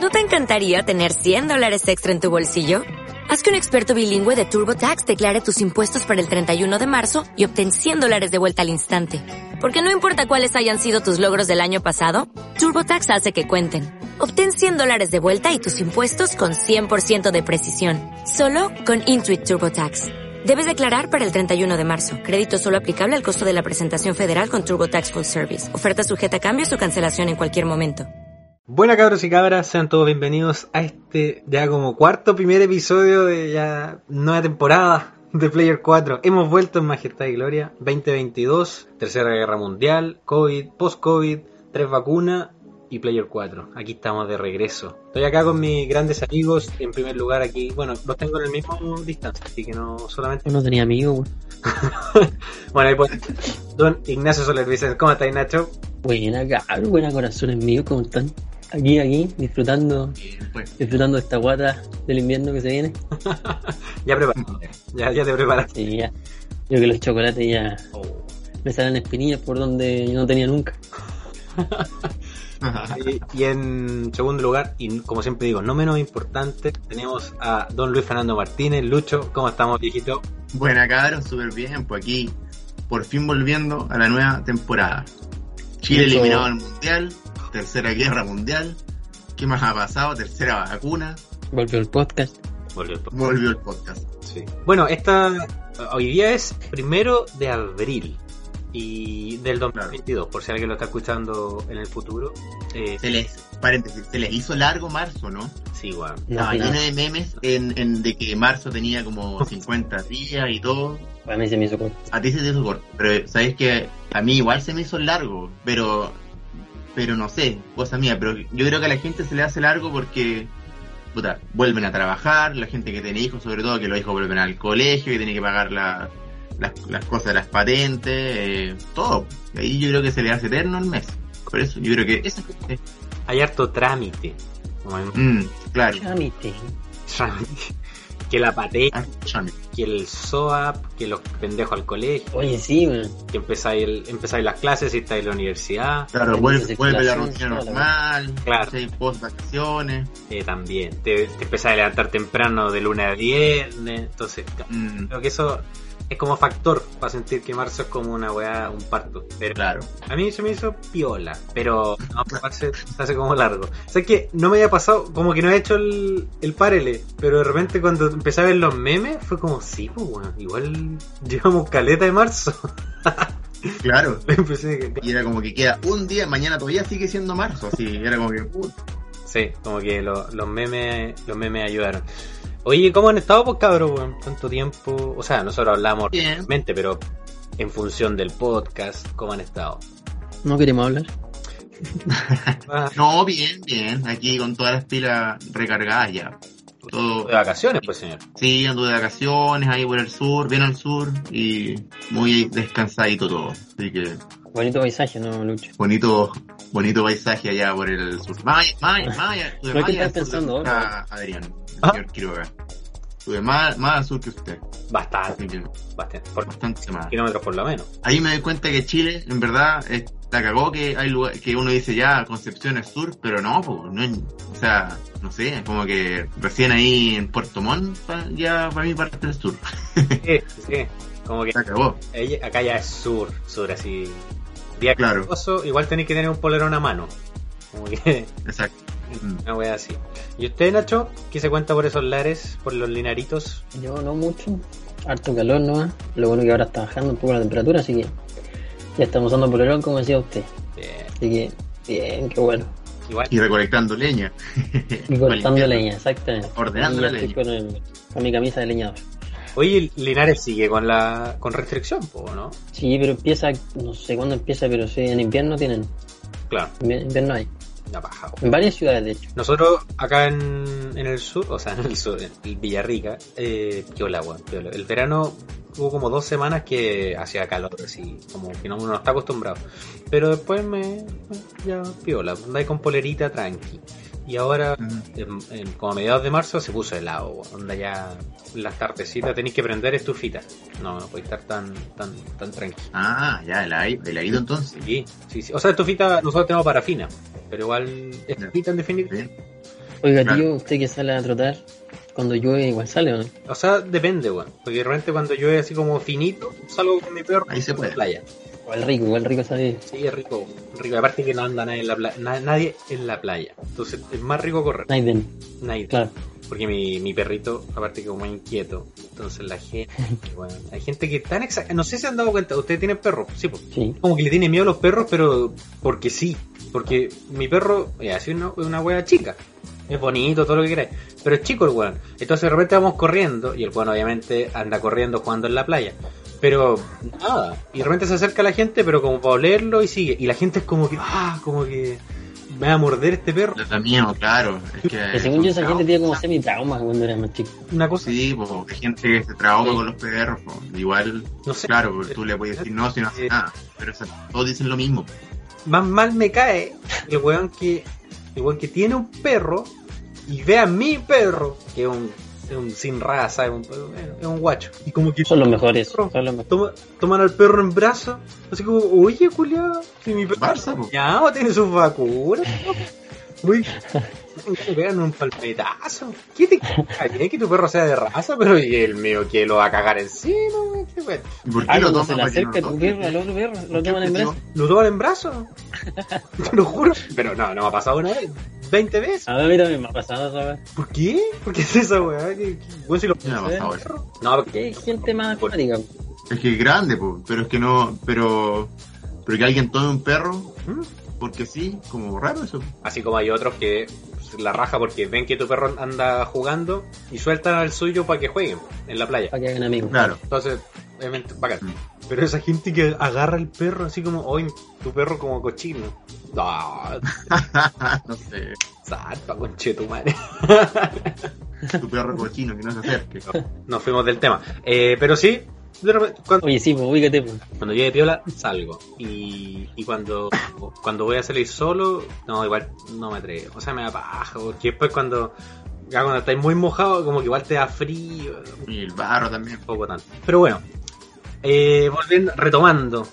¿No te encantaría tener $100 extra en tu bolsillo? Haz que un experto bilingüe de TurboTax declare tus impuestos para el 31 de marzo y obtén $100 de vuelta al instante. Porque no importa cuáles hayan sido tus logros del año pasado, TurboTax hace que cuenten. Obtén $100 de vuelta y tus impuestos con 100% de precisión. Solo con Intuit TurboTax. Debes declarar para el 31 de marzo. Crédito solo aplicable al costo de la presentación federal con TurboTax Full Service. Oferta sujeta a cambios o cancelación en cualquier momento. Buenas cabros y cabras, sean todos bienvenidos a este ya como primer episodio de ya nueva temporada de Player 4. Hemos vuelto en majestad y gloria, 2022, tercera guerra mundial, COVID, post-COVID, 3 vacunas y Player 4. Aquí estamos de regreso. Estoy acá con mis grandes amigos, en primer lugar aquí, bueno, los tengo en el mismo distancia, así que no solamente... No tenía amigos, Bueno, ahí pues, don Ignacio Soler Vicente, ¿cómo estás, Nacho? Buena, cabrón, buena corazones míos, ¿cómo están? Aquí, disfrutando de esta guata del invierno que se viene. Ya preparado, ya te preparaste. Sí, ya. Yo que los chocolates ya me salen espinillas por donde no tenía nunca. Y en segundo lugar, y como siempre digo, no menos importante, tenemos a don Luis Fernando Martínez. Lucho, ¿cómo estamos, viejito? Buena, cabros, súper bien, pues aquí por fin volviendo a la nueva temporada. Chile eliminado al Mundial, tercera guerra mundial. ¿Qué más ha pasado? Tercera vacuna. Volvió el podcast. Volvió el podcast. Sí. Bueno, hoy día es 1 de abril y del 2022, por si alguien lo está escuchando en el futuro. Se les hizo largo marzo, ¿no? Sí, bueno. Estaba lleno de memes de que marzo tenía como 50 días y todo. A mí se me hizo corto. A ti se te hizo corto, pero sabes que a mí igual se me hizo largo, pero no sé, cosa mía, pero yo creo que a la gente se le hace largo porque vuelven a trabajar, la gente que tiene hijos, sobre todo que los hijos vuelven al colegio, que tiene que pagar las cosas de las patentes, todo. Y ahí yo creo que se le hace eterno el mes. Por eso yo creo que esa gente... Hay harto trámite. Claro. Trámite. Que la patente, que el SOAP, que los pendejos al colegio. Oye, sí, man. Que empezáis las clases y estáis en la universidad. Claro, vuelve la rutina normal. Claro. Post vacaciones. También. Te empezás a levantar temprano de lunes a viernes. Entonces, creo que eso es como factor para sentir que marzo es como una weá, un parto. Pero claro. A mí se me hizo piola, pero no, se hace como largo. O sea, que no me había pasado, como que no he hecho el parele, pero de repente cuando empecé a ver los memes, fue como, sí, pues bueno, igual llevamos caleta de marzo. Claro. Y era como que queda un día, mañana todavía sigue siendo marzo, así, era como que... Sí, como que los memes ayudaron. Oye, ¿cómo han estado, pues, cabros? Bueno, tanto tiempo. O sea, nosotros hablamos realmente, pero en función del podcast, ¿cómo han estado? ¿No queremos hablar? No, bien. Aquí con todas las pilas recargadas ya. Todo... De vacaciones, pues, señor. Sí, ando de vacaciones ahí por el sur, bien al sur, y muy descansadito todo. Así que... Bonito paisaje, ¿no, Lucho? Bonito paisaje allá por el sur. Maya. ¿No qué estás pensando ahora? Adrián, el señor Quiroga. Estuve más al sur que usted. Bastante más. Kilómetros por lo menos. Ahí me doy cuenta que Chile, en verdad, la cagó, que hay lugar que uno dice ya Concepción es sur, pero no, o sea, no sé, como que recién ahí en Puerto Montt ya para mí parte del sur. Sí, como que la cagó. Acá ya es sur así. Día claro. Caluroso, igual tenéis que tener un polerón a mano. Como que... Exacto. Una wea así. ¿Y usted, Nacho? ¿Qué se cuenta por esos lares, por los linaritos? Yo no mucho, harto calor nomás. Lo bueno que ahora está bajando un poco la temperatura, así que ya estamos usando polerón, como decía usted. Bien. Así que, bien, qué bueno. Igual. Y recolectando leña. Y cortando leña, exactamente. Ordenando la leña. Con mi camisa de leñador. Oye, Linares sigue con restricción, ¿no? Sí, pero empieza, no sé cuándo empieza, pero sí, en invierno tienen. Claro. En invierno hay. La paja. En varias ciudades, de hecho. Nosotros acá en el sur, o sea, en el sur, en Villarrica, piola. El verano hubo como 2 semanas que hacía calor, así, como que uno no está acostumbrado. Pero después ya piola, andáis con polerita tranqui. Y ahora, como a mediados de marzo, se puso helado, onda ya las tardecitas tenéis que prender estufita. No podéis estar tan tranqui. Ah, ya, heladito entonces. Sí. O sea, estufita, nosotros tenemos parafina, pero igual estufita en definitiva. Oiga, Claro. tío, usted que sale a trotar, cuando llueve igual sale, ¿o no? O sea, depende, weón. Porque de repente cuando llueve así como finito, salgo con mi perro Ahí se a puede. la playa. Igual rico sale. Sí, es rico, rico. Aparte que no anda nadie en la playa, nadie en la playa. Entonces es más rico correr. Naiden, Nadie. claro. Porque mi perrito, aparte que como es inquieto, entonces la gente, bueno, hay gente que tan exagerada. No sé si se han dado cuenta, ¿ustedes tienen perros? Sí, pues. Sí. Como que le tiene miedo a los perros, pero porque sí. Porque mi perro es así una wea chica. Es bonito, todo lo que queráis. Pero es chico el weón. Entonces de repente vamos corriendo, y el weón obviamente anda corriendo jugando en la playa. Pero nada. Y de repente se acerca a la gente, pero como para olerlo y sigue. Y la gente es como que me va a morder este perro. Lo mío, claro. Es Que según yo esa gente tiene como semi-traumas cuando era más chico. Una cosa. Sí, pues hay gente que se trauma con los perros. Po. Igual, No sé. claro, pues, tú le puedes decir no si no hace nada. Pero todos dicen lo mismo. Más mal me cae el weón que tiene un perro y ve a mi perro, que es un sin raza, es un guacho. Y como que Son los mejores. Son los mejores. toman al perro en brazos, así como, oye, culiao, si mi perro Barça, po. ya tiene sus vacunas. Uy, me pegan un palmetazo. ¿Qué te cae bien que tu perro sea de raza? Pero y el mío que lo va a cagar encima, güey, qué bueno. ¿Y por qué Ah, lo cuando toman? se le para que acerca no tu lo perro toquen? al otro perro, lo ¿Qué toman en objetivo? brazos. ¿Lo toman en brazos? Te lo juro. Pero no me ha pasado una vez, 20 veces. A mí también me ha pasado, ¿sabes? ¿Por qué? ¿Por qué es esa weá? Bueno, si lo... ¿Qué me ha pasado eso? No, porque Que hay gente más fanática. Es que es grande, po. Pero es que no. Pero que alguien tome un perro, ¿Mm? porque sí, como raro eso. Así como hay otros que la raja porque ven que tu perro anda jugando y sueltan al suyo para que jueguen en la playa. Para que hagan amigos. Claro. Entonces, obviamente, bacán. Mm. Pero esa gente que agarra el perro así como, oye, tu perro como cochino. No, No sé. salta, conchetumare. Tu perro cochino que no se acerque. Nos fuimos del tema. Pero sí, de repente, Oye, sí, pues ubícate, pues. cuando llegue piola, salgo. Y cuando voy a salir solo, no, igual no me atrevo. O sea, me da paja. Porque después cuando estáis muy mojado, como que igual te da frío. Y el barro también. Un poco tanto. Pero bueno, volviendo, retomando.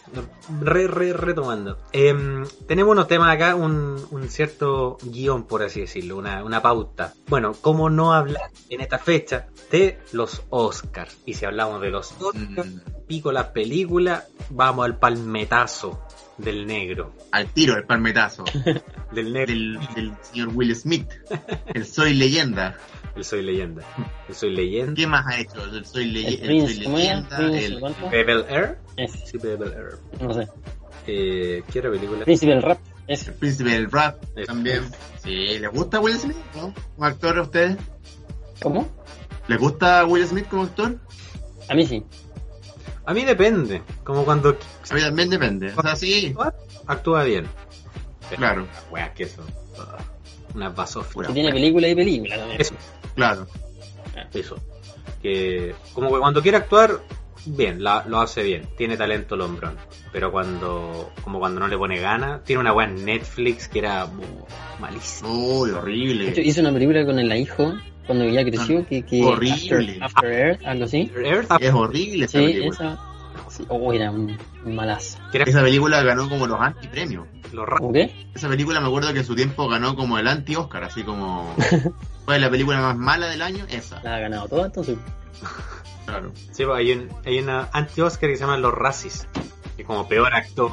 Tenemos unos temas acá, un cierto guión, por así decirlo, una pauta. Bueno, ¿cómo no hablar en esta fecha de los Oscars? Y si hablamos de los Oscars, pico las películas, vamos al palmetazo del negro. Al tiro, el palmetazo. Del negro. Del señor Will Smith. El Soy Leyenda. El Soy Leyenda. El Soy Leyenda. ¿Qué más ha hecho? El Soy, El Soy Prince, ¿cómo era? Leyenda. Prince, El ¿cuánto? Bevel Air. Ese. Sí, Bevel Air. No sé. ¿Qué otra película? Príncipe del rap. Ese. Príncipe del Rap Eso. también. Sí, ¿les gusta Will Smith? ¿No? ¿Como actor a ustedes? ¿Cómo? ¿Les gusta Will Smith como actor? A mí sí. A mí depende. Como cuando A mí también depende. O sea, sí, actúa bien. Pero claro, las weas que eso. Una basofia. Que tiene película y película también. Eso, claro. eso. Que como que cuando quiere actuar, bien, lo hace bien. Tiene talento el hombrón. Pero cuando no le pone ganas, tiene una wea en Netflix que era malísima. Uy, De horrible. hecho, hizo una película con el hijo cuando ya creció, que Horrible. After Earth, algo así. Es horrible esa Sí, película. esa. Sí. Oh, era un malazo. Que era Esa película ganó como los anti-premios. lo raro. ¿Cómo qué? Esa película me acuerdo que en su tiempo ganó como el anti-Oscar, así como... fue la película más mala del año, esa. La ha ganado toda, entonces. Claro. Sí, pues, hay una anti-Oscar que se llama Los Racis. Que como peor actor.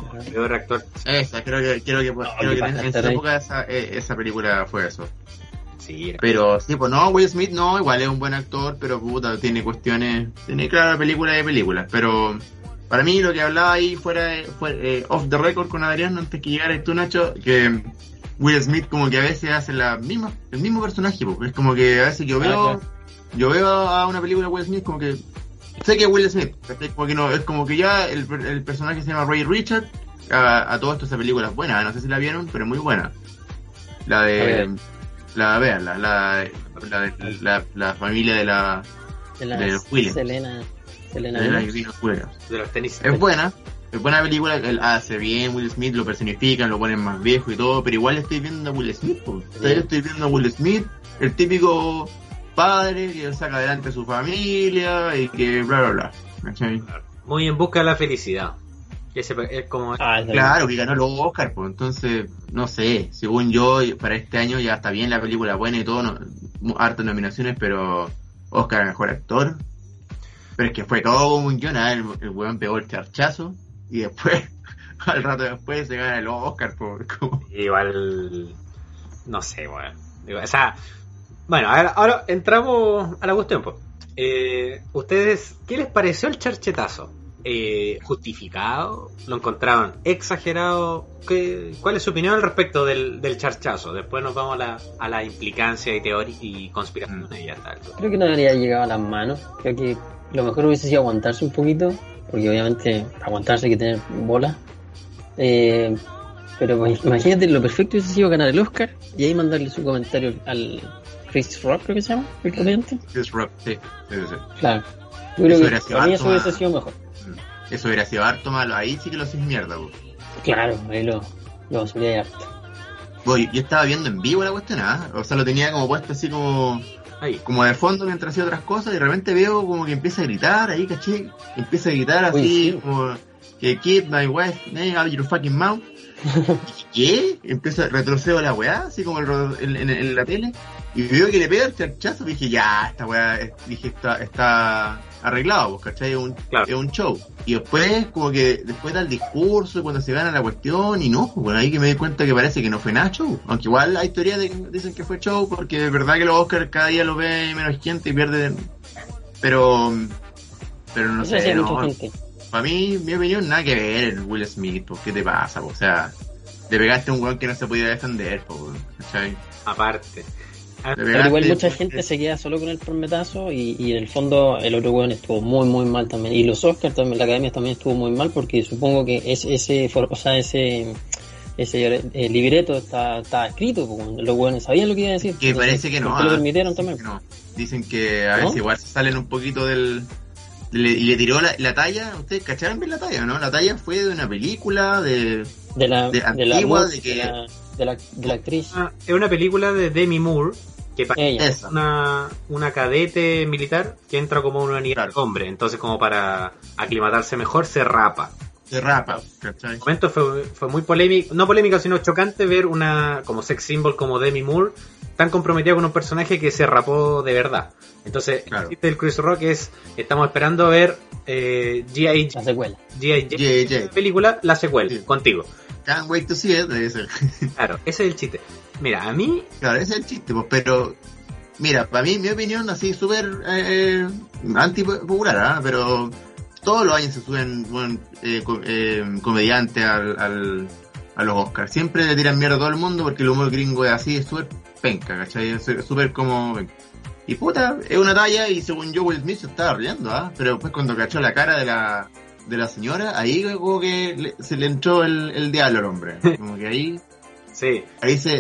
Esa, creo que en su época esa película fue eso. Sí, era. Pero sí, pues no, Will Smith no, igual es un buen actor, pero puta, tiene cuestiones, tiene clara película de películas, pero para mí lo que hablaba ahí fue off the record con Adrián antes que llegara tú, Nacho, que Will Smith como que a veces hace el mismo personaje, porque es como que a veces yo veo a una película de Will Smith como que sé que es Will Smith, como que no, es como que ya el personaje se llama Ray Richard, a todo esto esa película es buena, no sé si la vieron, pero es muy buena. La de la familia de los Williams. Selena De la Irina Williams. De los tenis. Es buena película, él hace bien, Will Smith lo personifican, lo ponen más viejo y todo, pero igual estoy viendo a Will Smith, pues. O sea, yo estoy viendo a Will Smith, el típico padre que saca adelante a su familia y que bla bla bla. ¿Cachai? Muy en busca de la felicidad. Ese es como... Claro, que ganó los Oscar, pues entonces, no sé, según yo, para este año ya está bien la película buena y todo, hartas nominaciones, pero Oscar a mejor actor. Pero es que fue todo un guion, el weón pegó el charchazo y después, al rato después, se gana el Oscar por como... Igual, no sé, weón. O sea, bueno, ahora entramos a la cuestión, pues. ¿Ustedes, qué les pareció el charchetazo? ¿Justificado? ¿Lo encontraban exagerado? ¿Cuál es su opinión al respecto del charchazo? Después nos vamos a la implicancia y teoría y conspiración y ya tal. Creo que no habría llegado a las manos. Creo que lo mejor hubiese sido aguantarse un poquito, porque obviamente aguantarse hay que tener bola. Pero pues, imagínate, lo perfecto hubiese sido ganar el Oscar y ahí mandarle su comentario al Chris Rock, creo que se llama, el comediante. Chris Rock, sí. Claro. Yo creo que para mí eso hubiese sido mejor. Eso hubiera sido harto malo, ahí sí que lo haces mierda, vos. Claro, ahí lo subía harto. Yo estaba viendo en vivo la cuestión, o sea, lo tenía como puesto así como de fondo mientras hacía otras cosas y de repente veo como que empieza a gritar ahí, ¿caché? Empieza a gritar así, sí. Como que keep my wife, out your fucking mouth. ¿Qué? Empieza, retrocedo la weá, así como en la tele, y veo que le pega el charchazo y dije, ya, esta weá, está arreglado, pues, ¿cachai? Es un show. Y después, como que después da el discurso, cuando se gana la cuestión, y no, bueno, ahí que me di cuenta que parece que no fue nada show. Aunque igual hay teorías de que dicen que fue show, porque es verdad que los Oscars cada día lo ve menos gente y pierde. Pero no sé, no. Para mí, mi opinión, nada que ver el Will Smith, pues, ¿qué te pasa? O sea, te pegaste a un weón que no se podía defender, pues, ¿cachai? Aparte. Pero igual mucha gente se queda solo con el prometazo y en el fondo el otro weón estuvo muy muy mal también. Y los Oscars también, la academia también estuvo muy mal porque supongo que ese libreto está escrito, porque los weones sabían lo que iba a decir. Que parece que no. Lo permitieron también. No. Dicen que a veces igual se salen un poquito y le tiró la talla. ¿Ustedes cacharon bien la talla, no? La talla fue de una película de la actriz. Es una película de Demi Moore, que es una cadete militar que entra como una unidad de hombre, entonces como para aclimatarse mejor se rapa, ¿cachai? En el momento fue muy polémico, no polémica sino chocante ver una como sex symbol como Demi Moore tan comprometida con un personaje que se rapó de verdad. Entonces el chiste del Chris Rock estamos esperando a ver G.I. la secuela, G.I. película, la secuela, contigo. Can't wait to see it, debe ser. Claro, ese es el chiste. Mira, a mí... Claro, ese es el chiste, pues, pero... Mira, para mí, mi opinión, así súper antipopular, pero todos los años se suben comediantes a los Oscars. Siempre le tiran mierda a todo el mundo porque el humor gringo es así, es súper penca, ¿cachai? Es súper como... Y puta, es una talla y según yo Will Smith se estaba riendo, pero después cuando cachó la cara de la señora, ahí como que se le entró el diablo al hombre. Como que ahí... Sí. Ahí se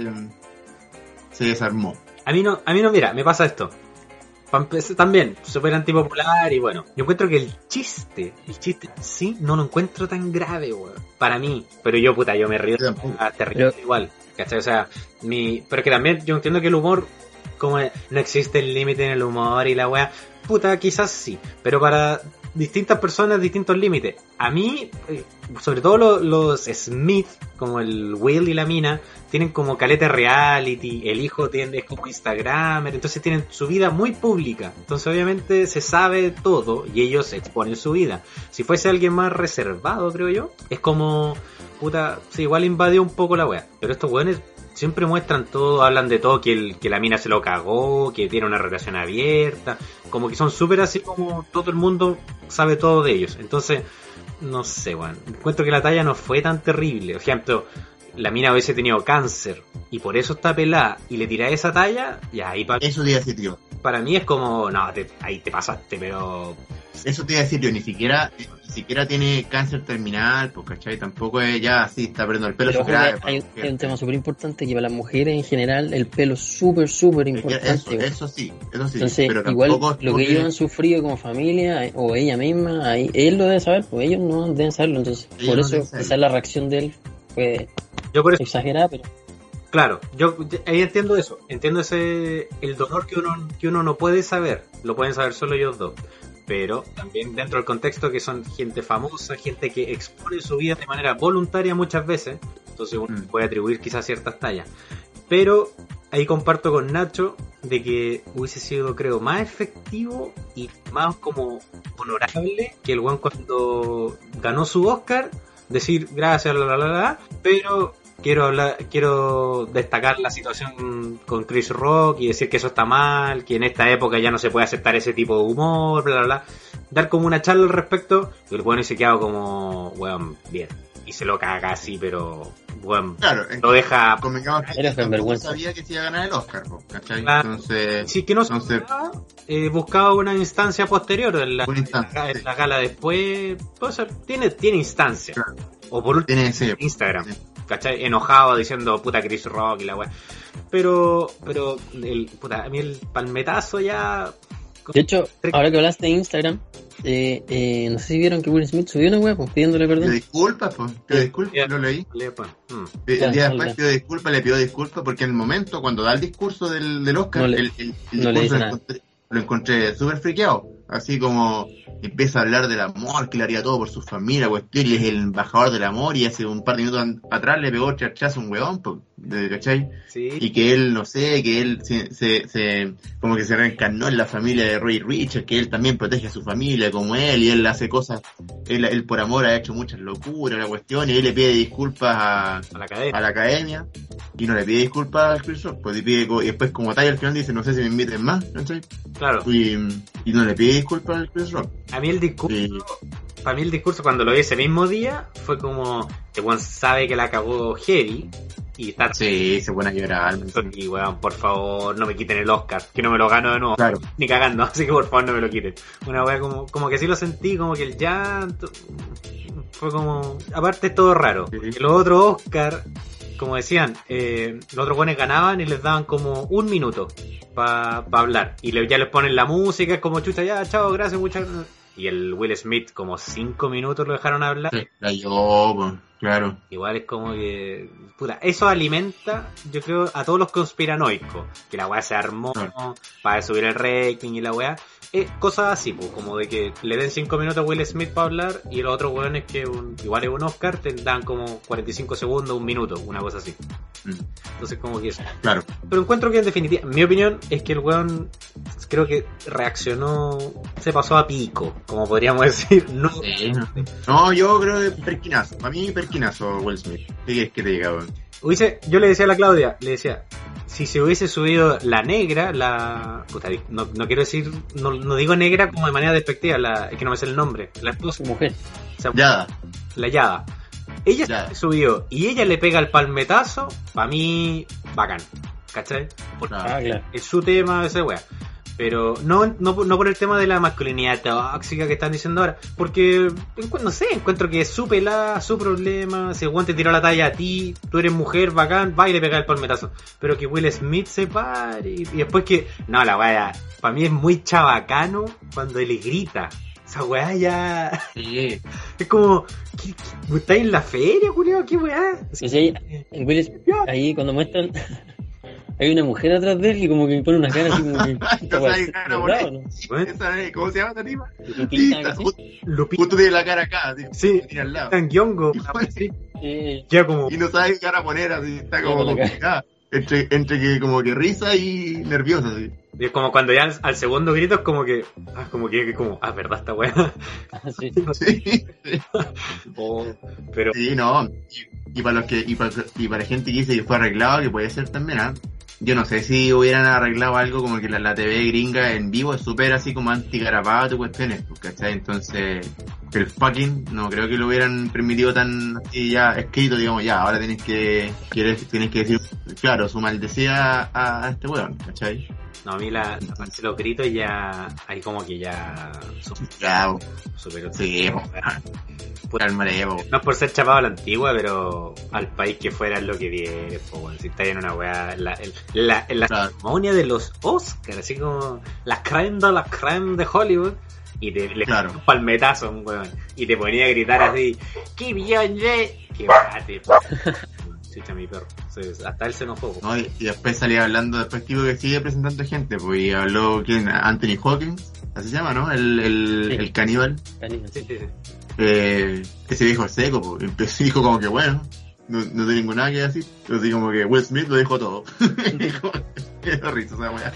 desarmó. A mí no, mira, me pasa esto. También, súper antipopular y bueno. Yo encuentro que el chiste sí, no lo encuentro tan grave, weón. Para mí. Pero yo me río terrible igual. ¿Cachai? O sea, pero que también yo entiendo que el humor, como no existe el límite en el humor y la weá. Puta, quizás sí. Pero para distintas personas, distintos límites. A mí, sobre todo los Smith, como el Will y la mina, tienen como caleta reality, el hijo es como Instagramer, entonces tienen su vida muy pública. Entonces obviamente se sabe todo y ellos exponen su vida. Si fuese alguien más reservado, creo yo, es como, puta, sí, igual invadió un poco la wea. Pero estos weones siempre muestran todo, hablan de todo, que la mina se lo cagó, que tiene una relación abierta, como que son súper así como todo el mundo sabe todo de ellos. Entonces, no sé, bueno, encuentro que la talla no fue tan terrible. Por ejemplo, la mina hubiese tenido cáncer y por eso está pelada y le tira esa talla, ya ahí eso te iba a decir yo. Para mí es como, no, ahí te pasaste, pero... Eso te iba a decir yo, ni siquiera tiene cáncer terminal, pues, ¿cachai? Tampoco es ya así, está perdiendo el pelo. Hay un tema súper importante que para las mujeres en general el pelo es súper importante. Eso sí. Entonces, pero igual lo que ellos han sufrido como familia o ella misma, él lo debe saber, pues ellos no deben saberlo. Entonces, por eso quizás la reacción de él fue exagerada, pero... Claro, yo ahí entiendo el dolor que uno no puede saber, lo pueden saber solo ellos dos. pero también dentro del contexto que son gente famosa, gente que expone su vida de manera voluntaria muchas veces, entonces uno puede atribuir quizás ciertas tallas. Pero ahí comparto con Nacho de que hubiese sido, creo, más efectivo y más como honorable que el weón cuando ganó su Oscar, decir gracias, pero quiero destacar la situación con Chris Rock y decir que eso está mal, que en esta época ya no se puede aceptar ese tipo de humor, dar como una charla al respecto, y el weón se queda como, weón, bien, y se lo caga así, pero bueno, claro, lo deja. Era vergüenza. Sabía que se iba a ganar el Oscar, ¿cachai? Entonces, sí, que no buscaba una instancia posterior en la gala después. Puede ser, tiene instancia. Claro. O por último, Instagram. Sí. ¿Cachai? Enojado diciendo puta Chris Rock y la weá. Pero a mí el palmetazo ya. De hecho, ahora que hablaste de Instagram, no sé si vieron que Will Smith subió una web pidiéndole perdón. Pidió disculpas, lo leí. El día después le pidió disculpas porque en el momento cuando da el discurso del Oscar, el discurso lo encontré súper friqueado. Así como empieza a hablar del amor, que le haría todo por su familia, cuestión, y es el embajador del amor, y hace un par de minutos atrás le pegó chachazo a un weón, ¿cachai? Sí. Y que él, no sé, que él se como que se reencarnó en la familia de Roy Richards, que él también protege a su familia como él, y él hace cosas, él por amor ha hecho muchas locuras, la cuestión, y él le pide disculpas a la academia, y no le pide disculpas al Chris Rock, pues y después como tal al final dice, no sé si me inviten más, ¿cachai? Claro. Y no le pide disculpas al Chris Rock. A mí el discurso cuando lo vi ese mismo día fue como que Juan sabe que la cagó heavy y está se pone a llorar y weón, por favor no me quiten el Oscar, que no me lo gano de nuevo, claro, ni cagando, así que por favor no me lo quiten. Una wea como que sí lo sentí, como que el llanto fue como, aparte es todo raro, porque los otros Oscar, como decían, los otros buenos ganaban y les daban como un minuto para hablar. Y ya les ponen la música, es como chucha, ya, chao, gracias, muchas gracias. Y el Will Smith como 5 minutos lo dejaron hablar. Claro. Igual es como que, puta, eso alimenta, yo creo, a todos los conspiranoicos. Que la weá se armó para subir el rating y la weá. Cosas así, pues, como de que le den 5 minutos a Will Smith para hablar y los otros weones que igual es un Oscar te dan como 45 segundos, un minuto, una cosa así. Entonces como que eso. Claro. Pero encuentro que en definitiva, mi opinión es que el weón creo que reaccionó, se pasó a pico, como podríamos decir. No, yo creo que perquinazo. Para mí perquinazo Will Smith. ¿Qué quieres que te diga, weón? Yo le decía a la Claudia, si se hubiese subido la negra, puta, no quiero decir, no digo negra como de manera despectiva, es que no me sé el nombre, la esposa, mujer, o sea, la Yada, ella se subió y ella le pega el palmetazo, para mí, bacán, ¿cachai? Porque es su tema, ese wea. Pero no por el tema de la masculinidad tóxica que están diciendo ahora, porque no sé, encuentro que es su pelada, su problema. Si el guante tiró la talla a ti, tú eres mujer, bacán, va y le pega el palmetazo. Pero que Will Smith se pare y después que no, la wea para mí es muy chabacano cuando le grita. Esa weá ya es como ¿estáis en la feria, culiao? ¿Qué weá? Sí, en Will Smith, ahí cuando muestran hay una mujer atrás de él y como que pone una cara así como que ¿cómo se llama esta tipa? Lupita. Justo tiene la cara acá, sí, tiene al lado. Tan guiongo. Ya como y no sabe qué cara poner, así está como complicada. Entre que como que risa y nerviosa, así. Y es como cuando ya al segundo grito es como que verdad esta weá. Sí. Pero sí, no. Y para los que y para gente que dice que fue arreglado, que puede ser también, yo no sé si hubieran arreglado algo como que la TV gringa en vivo es súper así como anti-garabato y cuestiones, ¿cachai? Entonces el fucking no creo que lo hubieran permitido tan así ya escrito, digamos, ya, ahora tienes que decir, claro, su maldecida a este weón, ¿cachai? No, a mí los gritos ya, ahí como que ya superó. Sí, pura al mareo. No es por ser chapado a la antigua, pero al país que fuera es lo que viene, bueno, si está en una weá, en la ceremonia de los Oscars, así como la crème de Hollywood, y le un palmetazo a un weón, y te ponía a gritar así, ¡qué bien, qué bate! Chucha, mi perro. Hasta él se enojó. No, y después salía hablando, después tipo que sigue presentando gente, pues, y habló, ¿quién? Anthony Hawkins, así se llama, ¿no? El caníbal. Sí. Ese viejo seco, pues, empezó y dijo como que bueno, no tengo nada que decir. Así como que Will Smith lo dijo todo. Dijo, qué risa esa weá.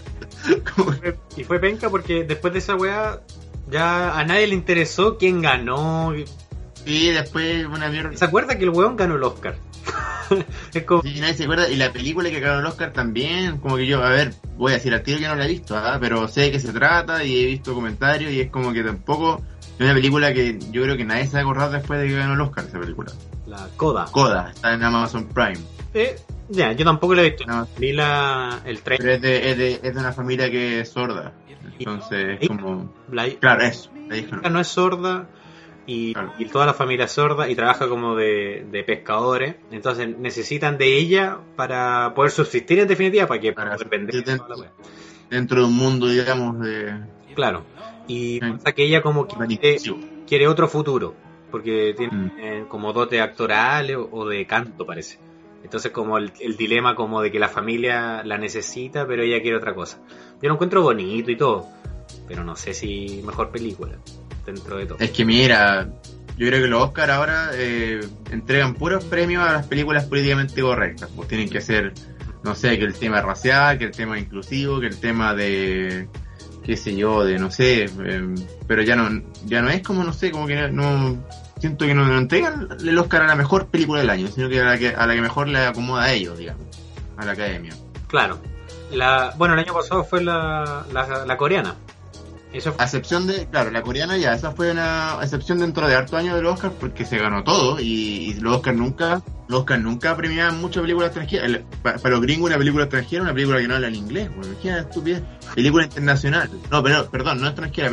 Y fue penca porque después de esa weá ya a nadie le interesó quién ganó. Y después una mierda. ¿Se acuerda que el weón ganó el Oscar? Es como... Sí, nadie se acuerda. Y la película que ganó el Oscar también, como que yo, a ver, voy a decir al tiro que no la he visto, pero sé de qué se trata y he visto comentarios y es como que tampoco es una película que yo creo que nadie se va a acordar después de que ganó el Oscar esa película. La Coda. Coda, está en Amazon Prime. Ya, yo tampoco la he visto. No. Vi el trailer. Pero es de una familia que es sorda. Entonces es como... Claro, eso. La hija no es sorda. Y toda la familia es sorda y trabaja como de pescadores, entonces necesitan de ella para poder subsistir en definitiva, para depender de toda la wea. Dentro de un mundo, digamos, de... Claro, y pasa que ella como quiere otro futuro, porque tiene como dote actorales o de canto, parece. Entonces como el dilema como de que la familia la necesita, pero ella quiere otra cosa. Yo lo encuentro bonito y todo, pero no sé si mejor película. Dentro de todo. Es que mira, yo creo que los Oscar ahora entregan puros premios a las películas políticamente correctas. Pues tienen que ser, no sé, que el tema racial, que el tema inclusivo, que el tema de, qué sé yo, de no sé, pero ya no es como, no sé, como que no siento que no entregan el Oscar a la mejor película del año, sino que a la que mejor le acomoda a ellos, digamos, a la academia. Claro. Bueno, el año pasado fue la coreana. Eso fue... A excepción de, claro, la coreana ya, esa fue una excepción dentro de harto años del Oscar porque se ganó todo y los Oscar nunca premiaban muchas películas extranjeras. Para los gringos una película extranjera, una película que no habla en inglés, bueno, qué estupidez. Película internacional. No, pero, perdón, no extranjera,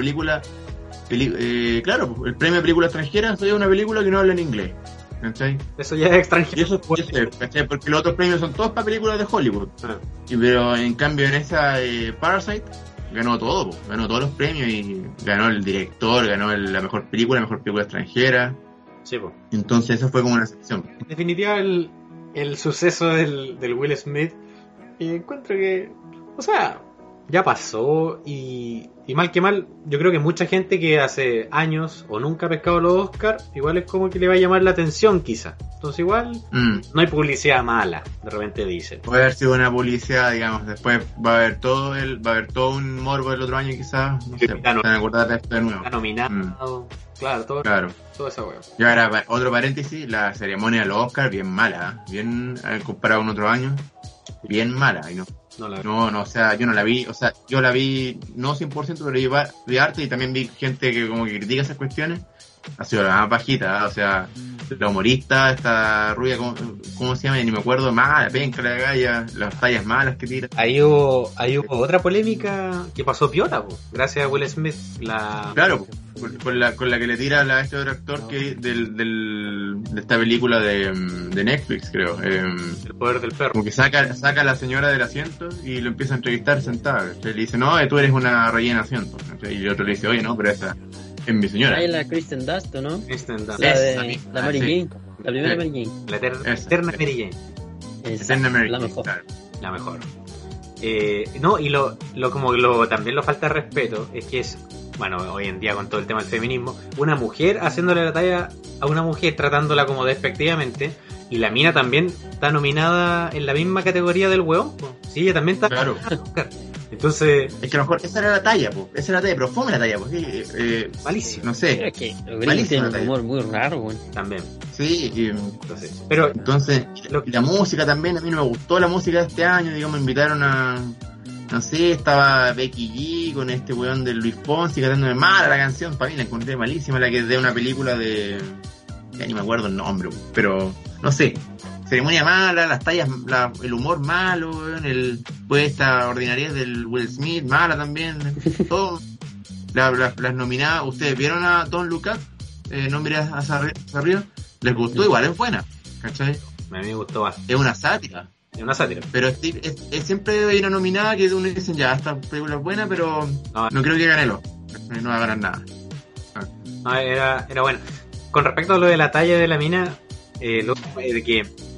claro, el premio de película extranjera sería una película que no habla en inglés. ¿Cachai? Eso ya es extranjero. Y eso puede ser, ¿cachai? Porque los otros premios son todos para películas de Hollywood. Pero en cambio en esa Parasite ganó todo, ganó todos los premios y ganó el director, ganó la mejor película extranjera. Sí, po. Entonces eso fue como una excepción. En definitiva el suceso del Will Smith, encuentro que, o sea, ya pasó y mal que mal, yo creo que mucha gente que hace años o nunca ha pescado los Oscar, igual es como que le va a llamar la atención quizá. Entonces igual no hay publicidad mala, de repente dicen. Puede haber sido una publicidad, digamos, después va a haber todo un morbo del otro año quizás, no sé, se van a acordar de esto de nuevo. Está nominado, claro, toda esa hueá. Y ahora, otro paréntesis, la ceremonia de los Oscar bien mala, bien comparado con otro año, bien mala, y no, o sea, yo no la vi, o sea, yo la vi no 100%, pero vi arte y también vi gente que como que critica esas cuestiones. Ha sido la más bajita, o sea, la humorista, esta rubia, ¿cómo se llama? Ni me acuerdo, mala, penca la galla, las tallas malas que tira. Ahí hubo otra polémica que pasó piola, gracias a Will Smith. Claro, con la que le tira a este otro actor que de esta película de Netflix, creo. El poder del perro. Como que saca a la señora del asiento y lo empieza a entrevistar sentada. Le dice, no, tú eres una rellena asiento. Y el otro le dice, oye, no, pero esa es mi señora. Ahí la Kristen Dunst, ¿no? Kristen Dunst. La Mary Jane. La primera Mary Jane. La eterna Mary Jane. Eterna Mary Jane. La mejor. No, y también lo falta de respeto es que es, bueno, hoy en día con todo el tema del feminismo, una mujer haciéndole la talla a una mujer, tratándola como despectivamente, y la mina también está nominada en la misma categoría del hueón, sí, ella también está. Claro. Entonces, es que a lo mejor esa era la talla, pero fome la talla, malísimo. No sé. Pero es que los gringos tienen un humor muy raro, güey. También. Sí, entonces, la música también, a mí no me gustó la música de este año, digamos, me invitaron a, no sé, estaba Becky G con este weón de Luis Fonsi cantándome mala la canción, para mí la encontré malísima, la que es de una película de, ya ni me acuerdo el nombre, pero no sé. Ceremonia mala, las tallas, el humor malo, esta ordinariedad del Will Smith, mala también, todo. Las nominadas, ¿ustedes vieron a Don't Look Up? No miré hacia arriba. ¿Les gustó? Igual es buena, ¿cachai? A mí me gustó bastante. Es una sátira. Pero es siempre hay una nominada que uno dice, ya, esta película es buena, pero no creo que gane no va a ganar nada. No, era bueno. Con respecto a lo de la talla de la mina, de que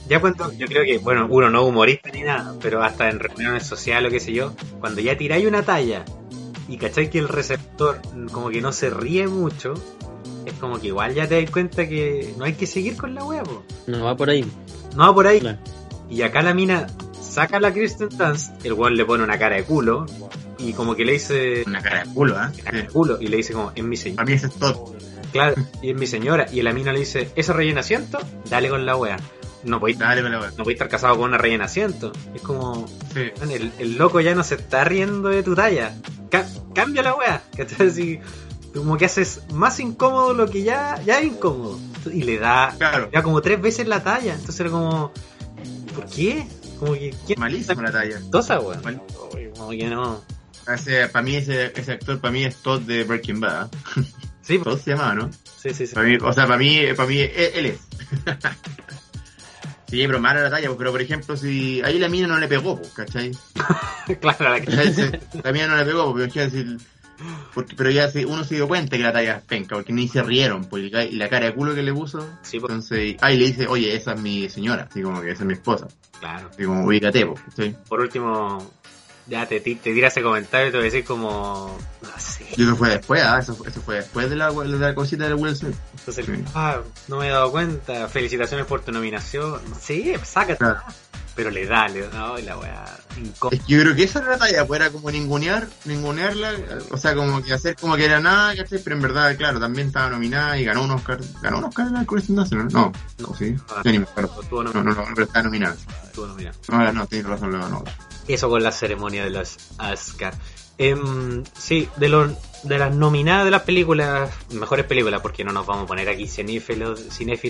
Ya cuando, yo creo que, bueno, uno no es humorista ni nada, pero hasta en reuniones sociales o qué sé yo, cuando ya tiráis una talla y cachai que el receptor como que no se ríe mucho, es como que igual ya te das cuenta que no hay que seguir con la wea, po. No va por ahí. No va por ahí. No. Y acá la mina saca a la Kirsten Dunst, el weón le pone una cara de culo y como que le dice... Una cara de culo, Una cara de culo, y le dice como, es mi señora. A mí ese es todo. Claro, y es mi señora. Y la mina le dice, ¿ese rellena asiento? Dale con la wea. No podéis estar casado con una rellena asiento. Es como... Sí. El loco ya no se está riendo de tu talla. Cambia la wea. ¿Cachai? Así, como que haces más incómodo lo que ya es incómodo. Y le da Claro. ya como 3 veces la talla. Entonces era como... ¿Por qué? Como que... ¿quién Malísimo la talla. tosa, wea? Mal. Como que no... Para mí ese actor para mí es Todd de Breaking Bad. Sí, Todd se llama, ¿no? sí. Para mí él es. Sí, pero mala la talla, pero por ejemplo, si ahí la mina no le pegó, ¿cachai? Claro, la que... ¿Cachai? La mina no le pegó, pero ya uno se dio cuenta que la talla es penca, porque ni se rieron, pues, y la cara de culo que le puso. Sí, pues. Entonces, ahí le dice, oye, esa es mi señora, así como que esa es mi esposa. Claro. Así como, ubícate, pues, ¿cachai? Por último, ya te tira ese comentario y te voy a decir como... No sé. Y eso fue después, eso fue después de la cosita de Will Smith. Entonces, Sí. no me he dado cuenta, felicitaciones por tu nominación. Sí, sácate. Claro. Pero le da, no, y la weá incómoda. Es que yo creo que esa era la talla, pues era como ningunearla, o sea, como que hacer como que era nada, ¿cachai? Pero en verdad, claro, también estaba nominada y ganó un Oscar la Kirsten Dunst, ¿no? No, sí, yo ni me acuerdo. Estuvo No, pero está nominada. nominado. No, tienes razón, lo ganó. Eso con la ceremonia de los Oscar. Sí, de las nominadas de las películas, mejores películas, porque no nos vamos a poner aquí cinéfilos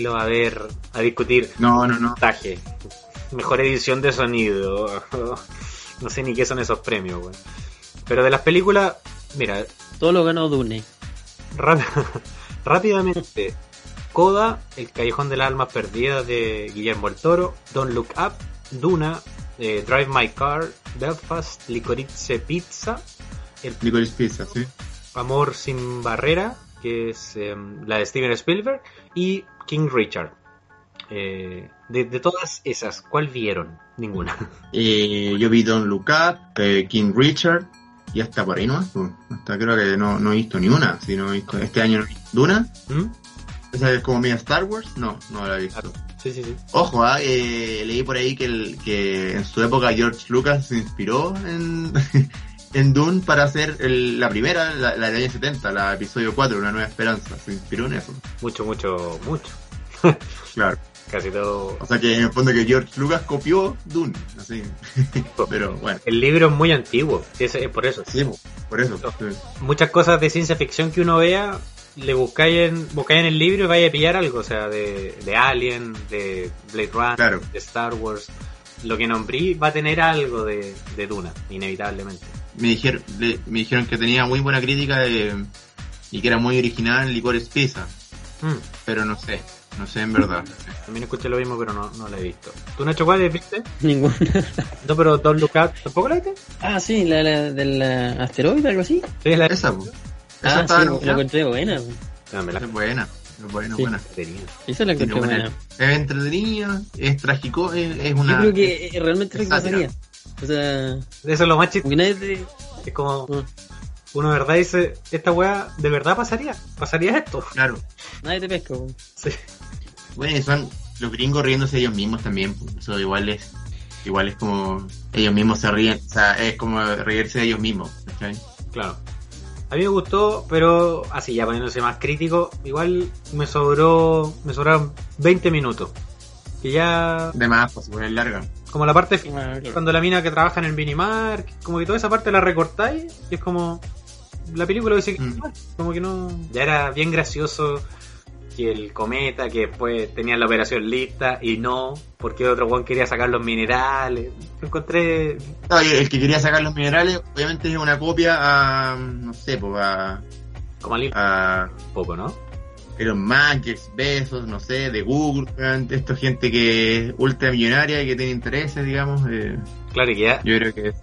a discutir No. montaje, mejor edición de sonido, no sé ni qué son esos premios, güey. Pero de las películas, mira, Todo lo ganó Dune. rápidamente, Coda, El Callejón de las Almas Perdidas de Guillermo del Toro, Don't Look Up, Duna, Drive My Car, Belfast, Licorice Pizza, Licorice Pizza, sí. Amor sin barrera, que es la de Steven Spielberg, y King Richard. De todas esas, ¿cuál vieron? Ninguna. Yo vi Don't Look Up, King Richard, y hasta por ahí no, hasta creo que no he visto ni una, sino he visto este año Duna. ¿Mm? ¿Esa es como media Star Wars? No la he visto. Sí. Ojo, leí por ahí que en su época George Lucas se inspiró en Dune para hacer la primera, la del año 70, la episodio 4, Una Nueva Esperanza. Se inspiró en eso. Mucho. Claro. Casi todo. O sea que en el fondo que George Lucas copió Dune, así. Pero bueno. El libro es muy antiguo, es por eso. Sí, por eso. Sí. Muchas cosas de ciencia ficción que uno vea, le buscáis en el libro y vais a pillar algo, o sea, de Alien, de Blade Runner, Claro. de Star Wars. Lo que nombré va a tener algo de Duna, inevitablemente. Me dijeron que tenía muy buena crítica y que era muy original Licorice Pizza. Pero no sé en verdad. También escuché lo mismo, pero no la he visto. ¿Tú, Nacho, cuál viste? Ninguna. No, pero Don't Look Up, ¿tampoco la viste? Ah, sí, la del asteroide, algo así. Sí, la Esa, pues. Ah, estaba sí, nominada. la encontré buena. Dámela. Es buena. Sí. Tenía. Esa la encontré buena. Es entretenida, es trágico, es una... Yo creo que realmente es lo que sátira. pasaría. O sea, Eso es lo más chistoso. porque nadie te... Es como, uno de verdad dice, esta weá de verdad pasaría esto. Claro. Nadie te pesca. Po. Sí. Bueno, y son los gringos riéndose ellos mismos también. Eso igual es como ellos mismos se ríen. O sea, es como reírse de ellos mismos. ¿Okay? Claro. A mí me gustó, pero así ya poniéndose más crítico, igual me sobraron 20 minutos. Que ya, De más, pues igual es larga. como la parte Claro. cuando la mina que trabaja en el Minimark, como que toda esa parte la recortáis y es como la película dice que como que no, ya era bien gracioso que el cometa, que después tenían la operación lista y no, porque otro weón quería sacar los minerales. Lo encontré No, y el que quería sacar los minerales, obviamente es una copia a, no sé, pues como al a poco, ¿no? Elon Musk, Jeff Bezos, no sé, de Google, esto gente que es ultramillonaria y que tiene intereses, digamos. Claro que ya Yo creo que sí.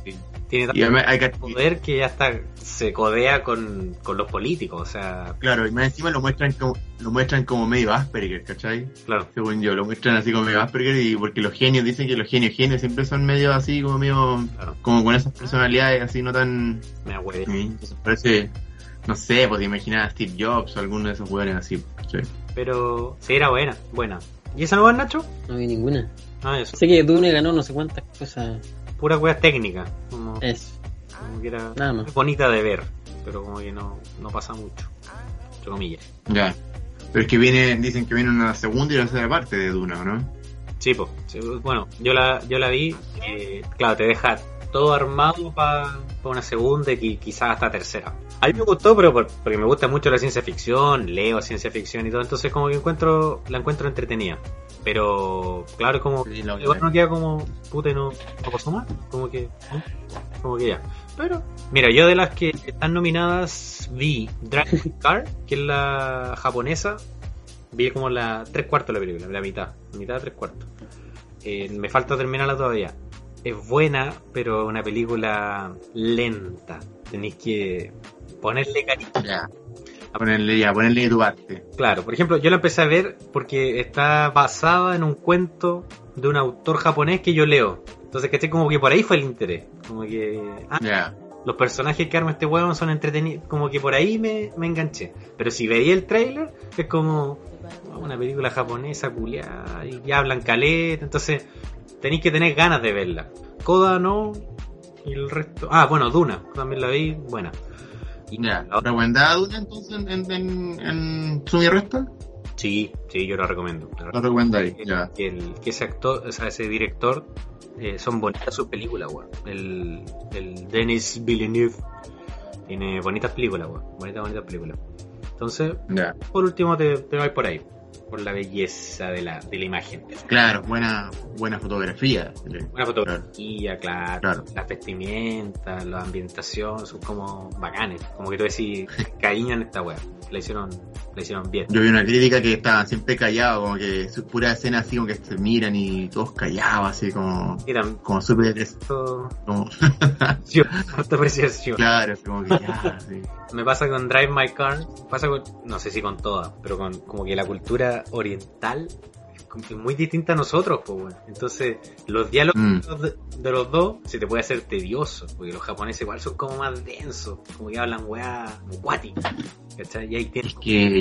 tiene tanto poder que ya hasta se codea con los políticos, o sea... Claro, y más encima lo muestran como medio Asperger, ¿cachai? Claro. Según yo, lo muestran así como medio Asperger, y porque los genios dicen que los genios siempre son medio así, como medio... Claro. Como con esas personalidades así no tan... Me acuerdo. Entonces parece... No sé, pues imaginar a Steve Jobs o alguno de esos jugadores así, ¿cachai? Pero sí, era buena. ¿Y esa no va, Nacho? No vi ninguna. Ah, eso. Sé que Dune ganó no sé cuántas cosas. Pura wea técnica. Como que era nada más. bonita de ver, pero como que no pasa mucho. Entre comillas. Ya. Pero es que dicen que viene una segunda y una tercera parte de Duna, ¿no? Sí, pues. Bueno, yo la vi. Claro, te deja todo armado para una segunda y quizás hasta tercera. A mí me gustó, pero porque me gusta mucho la ciencia ficción, leo ciencia ficción y todo, entonces como que la encuentro entretenida. Pero claro, como igual no queda como puta y no pasó mal, como que ya. Pero mira, yo de las que están nominadas vi Drive My Car, que es la japonesa. Vi como la 3/4 de la película, la mitad 3/4. Me falta terminarla todavía. Es buena, pero es una película lenta. Tenéis que ponerle cariño. Ya. Ponerle de tu parte. Claro, por ejemplo, yo la empecé a ver porque está basada en un cuento de un autor japonés que yo leo. Entonces, ¿cachai? Como que por ahí fue el interés. Como que... los personajes que arma este huevo son entretenidos. Como que por ahí me enganché. Pero si veía el tráiler, es como una película japonesa culiada y ya hablan caleta. Entonces, tenéis que tener ganas de verla. Koda no, y el resto... bueno, Duna, también la vi, buena. Ya, ¿recomendada Duna entonces en Sumi Resta? Sí, yo la recomiendo. La recomendáis, ya. Que ese actor, o sea, ese director, son bonitas sus películas, weón. El Denis Villeneuve tiene bonitas películas, weón. Bonitas películas. Entonces, por último te vas por ahí. Por la belleza de la imagen. Claro, buena fotografía. Buena fotografía, claro. Las vestimentas, la ambientación son como bacanes. Como que tú decís, cariño en esta wea. La hicieron bien. Yo vi una crítica que estaban siempre callados, como que pura escena así como que se miran y todos callados, así como... Como súper... Como... Harta apreciación. Claro, como que ya, sí. Me pasa con Drive My Car, no sé si con todas, pero con como que la cultura oriental es muy distinta a nosotros, pues bueno. Entonces, los diálogos de los dos se te puede hacer tedioso, porque los japoneses igual son como más densos, como que hablan weá como cuáticos, ¿cachai? Y ahí tienes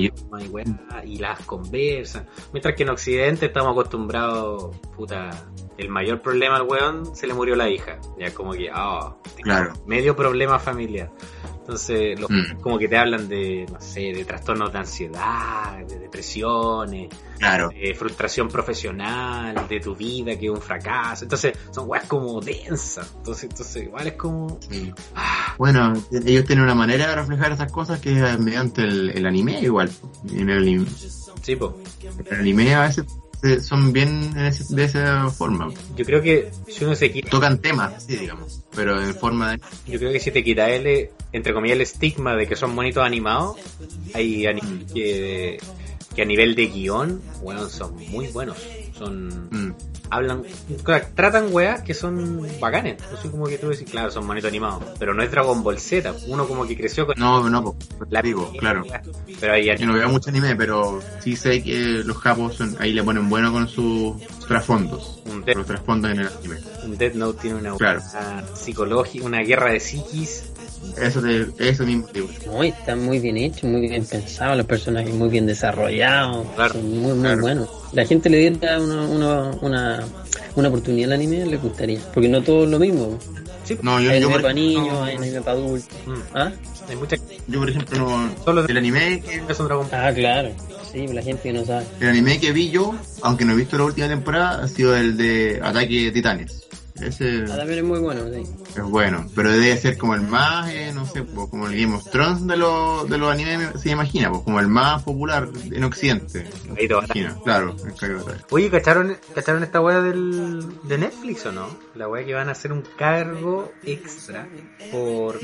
y las conversan. Mientras que en Occidente estamos acostumbrados, el mayor problema al weón se le murió la hija. Ya como que, claro. Medio problema familiar. Entonces, como que te hablan de, no sé, de trastornos de ansiedad, de depresiones, claro, de frustración profesional, de tu vida que es un fracaso. Entonces, son weas como densas. Entonces igual es como... Sí. Bueno, ellos tienen una manera de reflejar esas cosas que es mediante el anime igual. En el anime. Sí, po. El anime a veces son bien de esa forma. Yo creo que si uno se quita... Tocan temas, sí, digamos, pero en forma de... Yo creo que si te quita entre comillas, el estigma de que son bonitos animados, hay animes que a nivel de guión, bueno, son muy buenos. Son... tratan weas que son bacanes. No sé, como que tú decís, claro, son bonitos animados, pero no es Dragon Ball Z. Uno como que creció con... No, la digo, claro. Pero yo no veo mucho anime, pero sí sé que los japos ahí le ponen bueno con sus trasfondos. Los trasfondos en el anime. Un Death Note tiene una psicológica, una guerra de psiquis. Eso mismo digo. Está muy bien hecho, muy bien pensado, los personajes muy bien desarrollados, son muy buenos. La gente le diera una oportunidad al anime, le gustaría, porque no todo es lo mismo. Sí. No, hay anime para niños, hay anime para adultos. Hay mucha... Yo, por ejemplo, no... Solo el anime que es un Dragon Ball. Claro. Sí, la gente que no sabe. El anime que vi yo, aunque no he visto la última temporada, ha sido el de Ataque de Titanes. Ese también es muy bueno, sí. Es bueno, pero debe ser como el más, no sé, como el Game of Thrones de los animes, se imagina, pues como el más popular en Occidente. Claro, Oye, ¿cacharon esta wea de Netflix o no? La wea que van a hacer un cargo extra por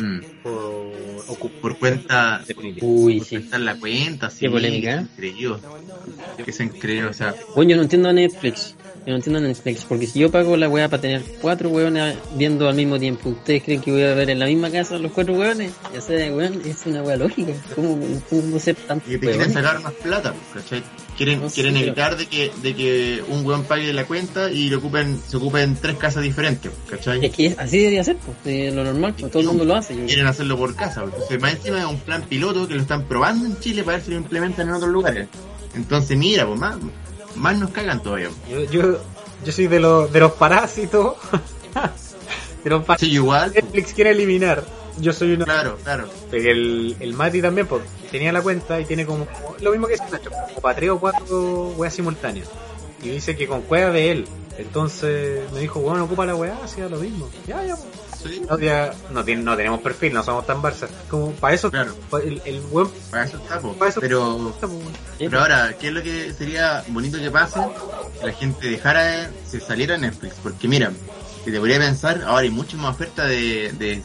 cuenta de sí. La cuenta, sí. Qué polémica, que se creyó, o sea. Bueno, yo no entiendo a Netflix. Yo no entiendo Netflix, porque si yo pago la weá para tener 4 weones viendo al mismo tiempo, ¿ustedes creen que voy a ver en la misma casa los 4 weones? Ya sea, weón, es una weá lógica. ¿Cómo ser tanto? Y te quieren sacar más plata, ¿cachai? Quieren evitar de que un weón pague la cuenta y se ocupen 3 casas diferentes, ¿cachai? Es que así debería ser, pues, lo normal, pues, todo el mundo lo hace. Quieren hacerlo por casa, entonces más encima es un plan piloto que lo están probando en Chile para ver si lo implementan en otros lugares. Entonces mira, pues más nos cagan todavía. Yo soy de los parásitos. Sí, igual. Netflix quiere eliminar. Yo soy uno. Claro. El Mati también, pues, tenía la cuenta y tiene como lo mismo que ese Nacho, como para 3 o 4 weas simultáneas. Y dice que con cueva de él. Entonces me dijo, bueno, ocupa la wea, hacía lo mismo. Ya, Sí. No tenemos perfil, no somos tan Barça. Como para eso, claro. El web. Para eso está, po. Para eso pero ahora, ¿qué es lo que sería bonito que pase? Que la gente se saliera de Netflix. Porque mira, si te podría pensar, ahora hay mucha más oferta de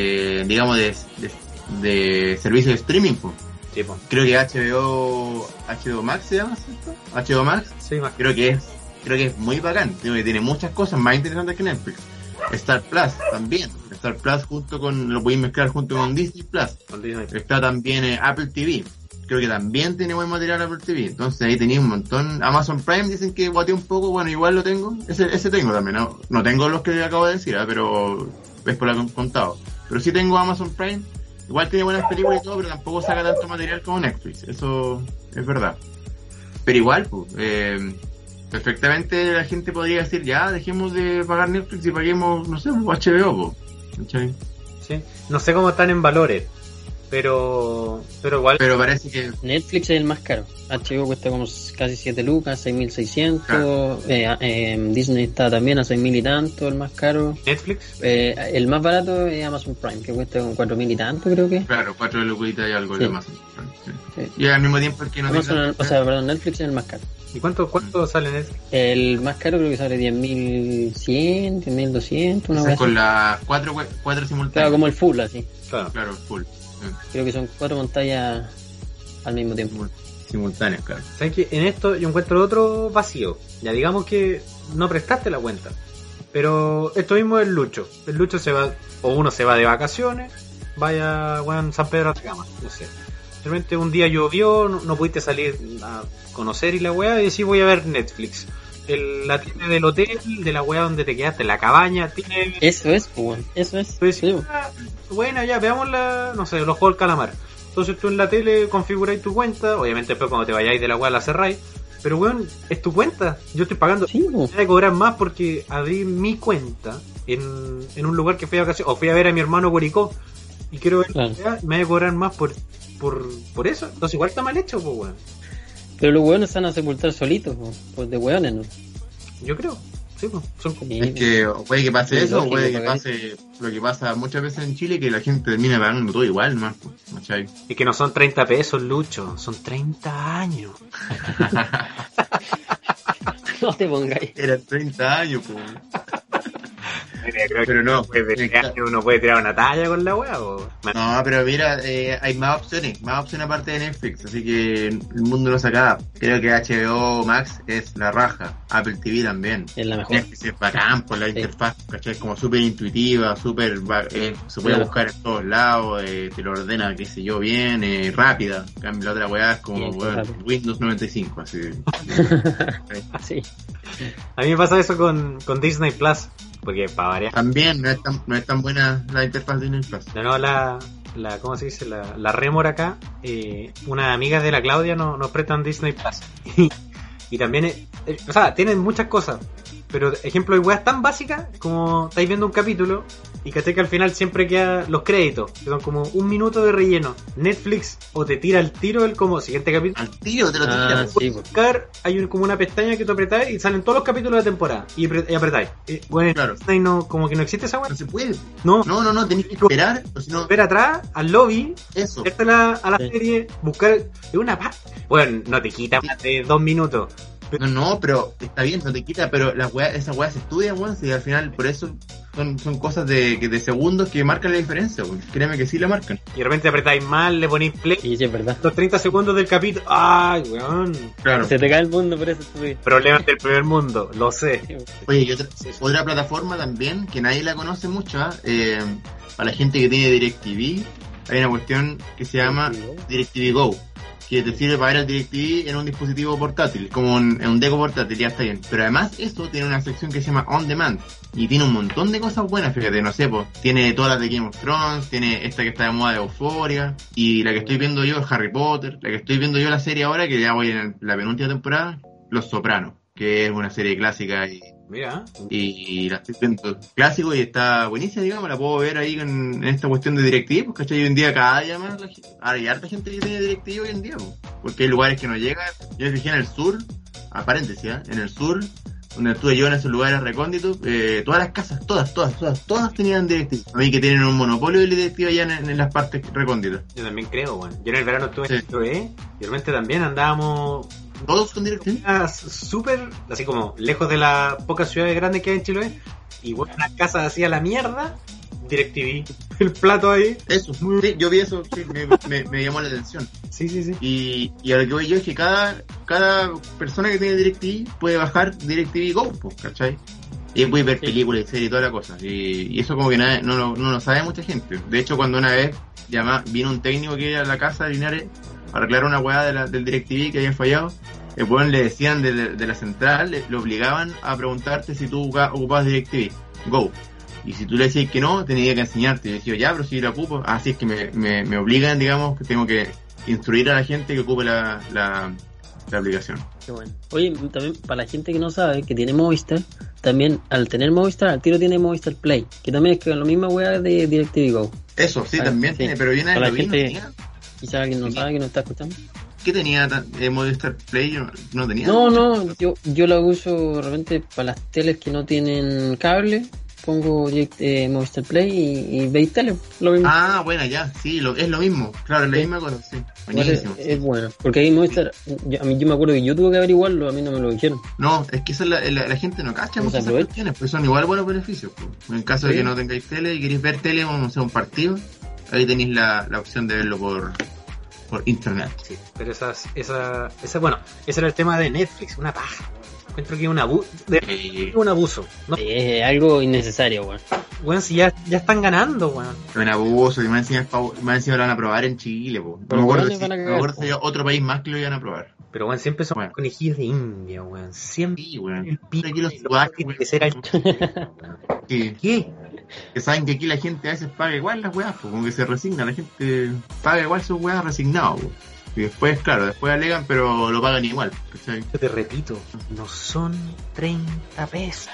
servicios de streaming, po. Sí, po. Creo que HBO Max se llama, ¿cierto? HBO Max. Sí, más. Creo que es muy bacán. Creo que tiene muchas cosas más interesantes que Netflix. Star Plus también. Star Plus lo podéis mezclar junto con Disney Plus. Está también Apple TV. Creo que también tiene buen material Apple TV. Entonces ahí tenía un montón. Amazon Prime dicen que guateó un poco. Bueno, igual lo tengo. Ese tengo también. No tengo los que acabo de decir, pero es por lo contado. Pero sí tengo Amazon Prime. Igual tiene buenas películas y todo, pero tampoco saca tanto material como Netflix. Eso es verdad. Pero igual, pues, perfectamente la gente podría decir, ya, dejemos de pagar Netflix y paguemos, no sé, HBO, ¿cachai? Sí. No sé cómo están en valores, pero igual. Pero parece que Netflix es el más caro. HBO cuesta como casi 7 lucas, 6.600. Claro. Disney está también a 6.000 y tanto, el más caro. Netflix. El más barato es Amazon Prime, que cuesta como 4.000 y tanto, creo que. Claro, 4 lucitas y algo, sí. De Amazon Prime. Sí. Sí. Y al mismo tiempo el que no Netflix es el más caro. ¿Y cuánto sale Netflix? El más caro creo que sale 10.100, 10.200, una vez. Con las 4 simultáneas. Claro, como el full, así. Claro, el full. Creo que son 4 pantallas al mismo tiempo. Simultáneas, claro. ¿Sabes qué? En esto yo encuentro otro vacío. Ya digamos que no prestaste la cuenta. Pero esto mismo es Lucho. El Lucho se va, o uno se va de vacaciones, vaya a San Pedro Atacama, no sé. Realmente un día llovió, no pudiste salir a conocer y la weá, y decís voy a ver Netflix. La tienda del hotel, de la weá donde te quedaste, la cabaña, tiene... Eso es, bueno, eso es. Pues, sí. Bueno, ya, veamos los juegos del calamar. Entonces tú en la tele configuráis tu cuenta, obviamente después cuando te vayáis de la weá la cerráis, pero weón, es tu cuenta, yo estoy pagando, sí, voy a cobrar más porque abrí mi cuenta en un lugar que fui a vacaciones, o fui a ver a mi hermano Curicó, y quiero ver, claro. Me voy a cobrar más por eso, entonces igual está mal hecho, pues weón. Pero los weones se van a sepultar solitos, pues de weones, ¿no? Yo creo, sí, pues, son como... Es que puede que pase eso, o puede que pase lo que pasa muchas veces en Chile, que la gente termina pagando todo igual, ¿no? ¿Cachai? Y que no son 30 pesos, Lucho, son 30 años. No te pongáis. Eran 30 años, pues. Pero no, uno puede tirar una talla con la wea, o... No, pero mira, hay más opciones aparte de Netflix, así que el mundo lo saca. Creo que HBO Max es la raja, Apple TV también. Es la mejor. Netflix es bacán por la interfaz, ¿cachai? Como súper intuitiva, se puede buscar en todos lados, te lo ordena, qué sé yo, bien, rápida. En cambio la otra weá es como Windows 95, así. Sí. A mí me pasa eso con Disney Plus. Porque para variar. También no es tan buena la interfaz de Disney Plus. No, ¿cómo se dice? La rémora acá, unas amigas de la Claudia nos prestan Disney Plus. Y también, o sea, tienen muchas cosas. Pero, ejemplo, hay weas tan básicas como estáis viendo un capítulo y que al final siempre quedan los créditos, que son como 1 minuto de relleno. Netflix o te tira el tiro el como siguiente capítulo. Al tiro te lo tira. Sí, buscar, hay como una pestaña que tú apretáis y salen todos los capítulos de la temporada. Y apretáis. Bueno, claro. Disney no, como que no existe esa wea. No se puede. No, tenés que esperar. O si no... Ver atrás, al lobby, eso. Irte a la serie, buscar. Es una bueno, no te quita más de 2 minutos. No, pero está bien, no te quita, pero esa weá se estudia, weón, si al final, por eso son cosas de segundos que marcan la diferencia, weón. Créeme que sí la marcan. Y de repente apretáis mal, le ponéis play. Y sí, es verdad. Los 30 segundos del capítulo. ¡Ay, weón! Claro. Se te cae el mundo por eso. Problemas del primer mundo, lo sé. Oye, y otra plataforma también que nadie la conoce mucho, para la gente que tiene DirecTV, hay una cuestión que se llama DirecTV Go, que te sirve para ver el DirecTV en un dispositivo portátil, como en un deco portátil, ya está bien. Pero además esto tiene una sección que se llama On Demand, y tiene un montón de cosas buenas, fíjate, no sé, pues, tiene todas las de Game of Thrones, tiene esta que está de moda de Euphoria, y la que estoy viendo yo es Harry Potter, la que estoy viendo yo la serie ahora, que ya voy en la penúltima temporada, Los Sopranos, que es una serie clásica Mira. y la estoy viendo clásico y está buenísima, digamos, la puedo ver ahí en esta cuestión de DirecTV, pues, ¿cachai? Hoy en día cada día más hay harta gente que tiene DirecTV hoy en día, pues, porque hay lugares que no llegan. Yo me fijé en el sur, a paréntesis, en el sur, donde estuve yo en esos lugares recónditos, todas las casas, todas tenían DirecTV. A mí que tienen un monopolio de DirecTV allá en las partes recónditas. Yo también creo, weón. Yo en el verano estuve Sí. en Chiloé, y realmente también andábamos Todos con DirecTV. súper, así como lejos de las pocas ciudades grandes que hay en Chiloé, y bueno, una casa así a la mierda, DirecTV, el plato ahí. Eso, sí, yo vi eso, sí, me llamó la atención. Sí. Y a lo que voy yo es que cada persona que tiene DirecTV puede bajar DirecTV Go, pues, ¿cachai? Y puede ver películas y series y toda la cosa. Y eso como que no lo sabe mucha gente. De hecho, cuando una vez vino un técnico que iba a la casa de Linares a arreglar una weá del DirecTV que había fallado, el weón le decían de la central, le obligaban a preguntarte si tú ocupabas DirecTV Go. Y si tú le decías que no, tenía que enseñarte. Y yo decía, ya, pero si lo ocupo. Así es que me obligan, digamos, que tengo que instruir a la gente que ocupe la aplicación. Qué bueno. Oye, también para la gente que no sabe, que tiene Movistar, también al tener Movistar, al tiro tiene Movistar Play, que también es lo mismo weá de DirecTV Go. Eso, sí, también tiene, pero viene para de la gente, quizás alguien no sabe, que no está escuchando. ¿Qué tenía Movistar Play? Yo no tenía. No, yo la uso de repente para las teles que no tienen cable. Pongo Movistar Play y veis tele, lo mismo. Ah, bueno, ya, sí, es lo mismo. Claro, es la misma cosa, sí. Buenísimo. Es bueno, porque ahí Movistar, yo me acuerdo que yo tuve que averiguarlo, a mí no me lo dijeron. No, es que eso la gente no cacha mucho esas cuestiones, pues son igual buenos beneficios. Pues. En caso de que no tengáis tele y queréis ver tele, vamos a hacer un partido, ahí tenéis la opción de verlo por internet. Sí, pero esa bueno, ese era el tema de Netflix, una paja. Encuentro que es un abuso. ¿No? Es algo innecesario, weón. Weón, si ya están ganando, weón. Es un abuso, y más encima lo van a probar en Chile, po. No me acuerdo si había otro país más que lo iban a probar. Pero weón, siempre son conejillos de India, weón. Siempre. Sí, weón. El pico Aquí los tiene que ser ¿Qué? Que saben que aquí la gente a veces paga igual las weas, pues, como que se resigna, la gente paga igual sus weas resignados, pues. Y después, claro, alegan, pero lo pagan igual, ¿cachai? Yo te repito, no son 30 pesos.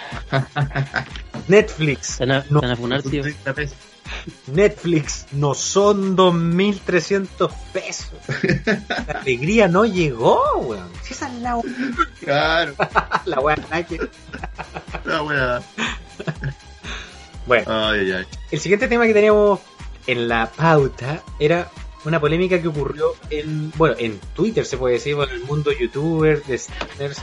Netflix. Van a funar, tío. 30 pesos. Netflix no son 2.300 pesos. La alegría no llegó, weón. Si esa es la Claro. la weá Nike. La wea. Bueno, ay. El siguiente tema que teníamos en la pauta era una polémica que ocurrió en Twitter, se puede decir, en el mundo youtuber, de streamers.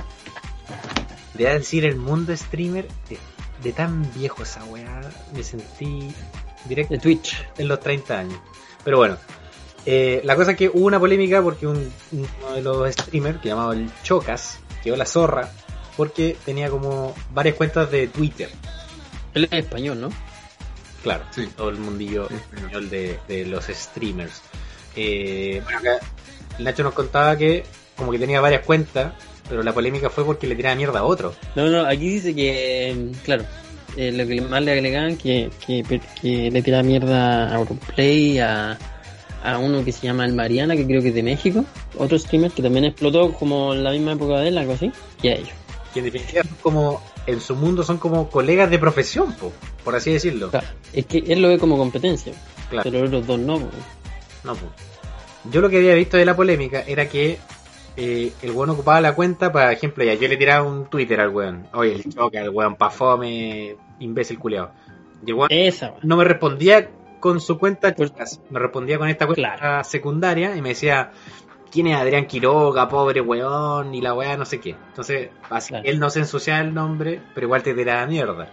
De decir, el mundo streamer, de tan viejo esa weá, me sentí directo de Twitch en los 30 años. Pero bueno, la cosa es que hubo una polémica porque uno de los streamers, que llamado el Chocas, quedó la zorra porque tenía como varias cuentas de Twitter. Él es español, ¿no? Claro, sí. Todo el mundillo español de los streamers. Bueno, acá Nacho nos contaba que como que tenía varias cuentas, pero la polémica fue porque le tiraba mierda a otro. No, aquí dice que, claro, lo que más le agregaban que le tiraba mierda a Auronplay, a uno que se llama el Mariana, que creo que es de México, otro streamer que también explotó como en la misma época de él, algo así, y a ellos. Que en definitiva son como, en su mundo son como colegas de profesión, por así decirlo. Claro, es que él lo ve como competencia, claro. Pero los dos no. No, yo lo que había visto de la polémica era que el weón ocupaba la cuenta, por ejemplo, ya yo le tiraba un Twitter al weón, oye, el Choca, el weón pafome, imbécil culiao. Y el weón no me respondía con su cuenta Chocas, me respondía con esta cuenta secundaria y me decía, ¿quién es Adrián Quiroga, pobre weón? Y la weá no sé qué. Entonces, así él no se ensuciaba el nombre, pero igual te tiraba mierda.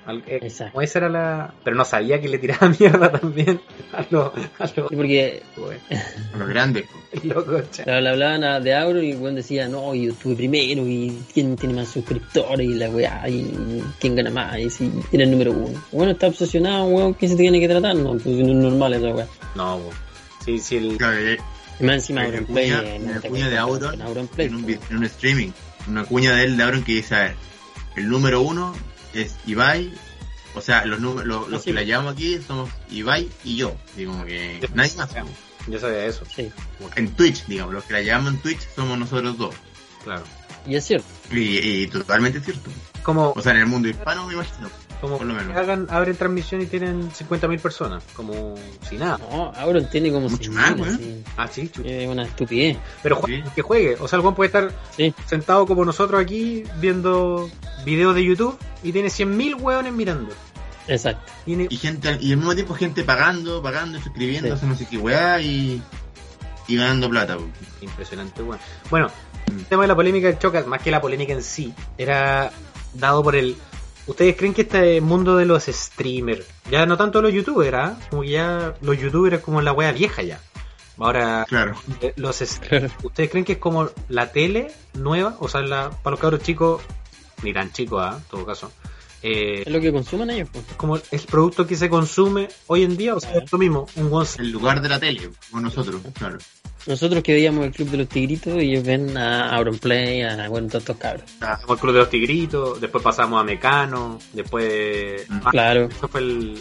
Exacto. Como esa era la... Pero no sabía que le tiraba mierda también a los Sí, porque Los grandes, po. locos, cha. le hablaban de Auron y el weón decía, no, yo estuve primero y quién tiene más suscriptores y la weá, y quién gana más, y si tiene el número 1. Bueno, está obsesionado, weón, ¿qué se tiene que tratar? No, pues no es normal esa weá. No, po. Sí, el... Claro, Y más encima Hay una Auronplay, cuña- no una te cuña de acuerdas, Auron con Auronplay, en un, pues. en un streaming. Una cuña de él, de Auron, que dice, a ver, el número 1 es Ibai, o sea, los Sí. que la llamamos aquí somos Ibai y yo. Y como que nadie más. Yo sabía eso, Sí, En Twitch, digamos, los que la llamamos en Twitch somos nosotros dos. claro. y es cierto. Y totalmente cierto. Como, O sea, en el mundo hispano me imagino. como por lo menos. que abren transmisión y tienen 50.000 personas, como si nada. No, Auron tiene como Mucho 100.000, más, weón. así. Ah, sí, chucha. Es una estupidez. Pero Sí. que juegue, o sea, el Juan puede estar Sí, sentado como nosotros aquí viendo videos de YouTube y tiene 100.000 hueones mirando. exacto. Tiene... Y gente, y al mismo tiempo gente pagando, suscribiéndose, no sé qué weá, y ganando plata, po. Impresionante, weón. Bueno, el tema de la polémica del Chocas, más que la polémica en sí, era dado por el... ¿Ustedes creen que este mundo de los streamers, ya no tanto los youtubers, ¿ah? Como que ya los youtubers es como la wea vieja ya? Ahora, Claro. ¿ustedes creen que es como la tele nueva? O sea, para los cabros chicos, ni tan chicos, ¿ah? En todo caso. Es lo que consumen ellos, pues. Es como el producto que se consume hoy en día, o sea, es lo mismo, un one El lugar de la tele, como nosotros, claro. Nosotros que veíamos el Club de los Tigritos, ellos ven a Auronplay, a bueno, todos estos cabros. el Club de los Tigritos, después pasamos a Mecano, después... Claro. Eso fue el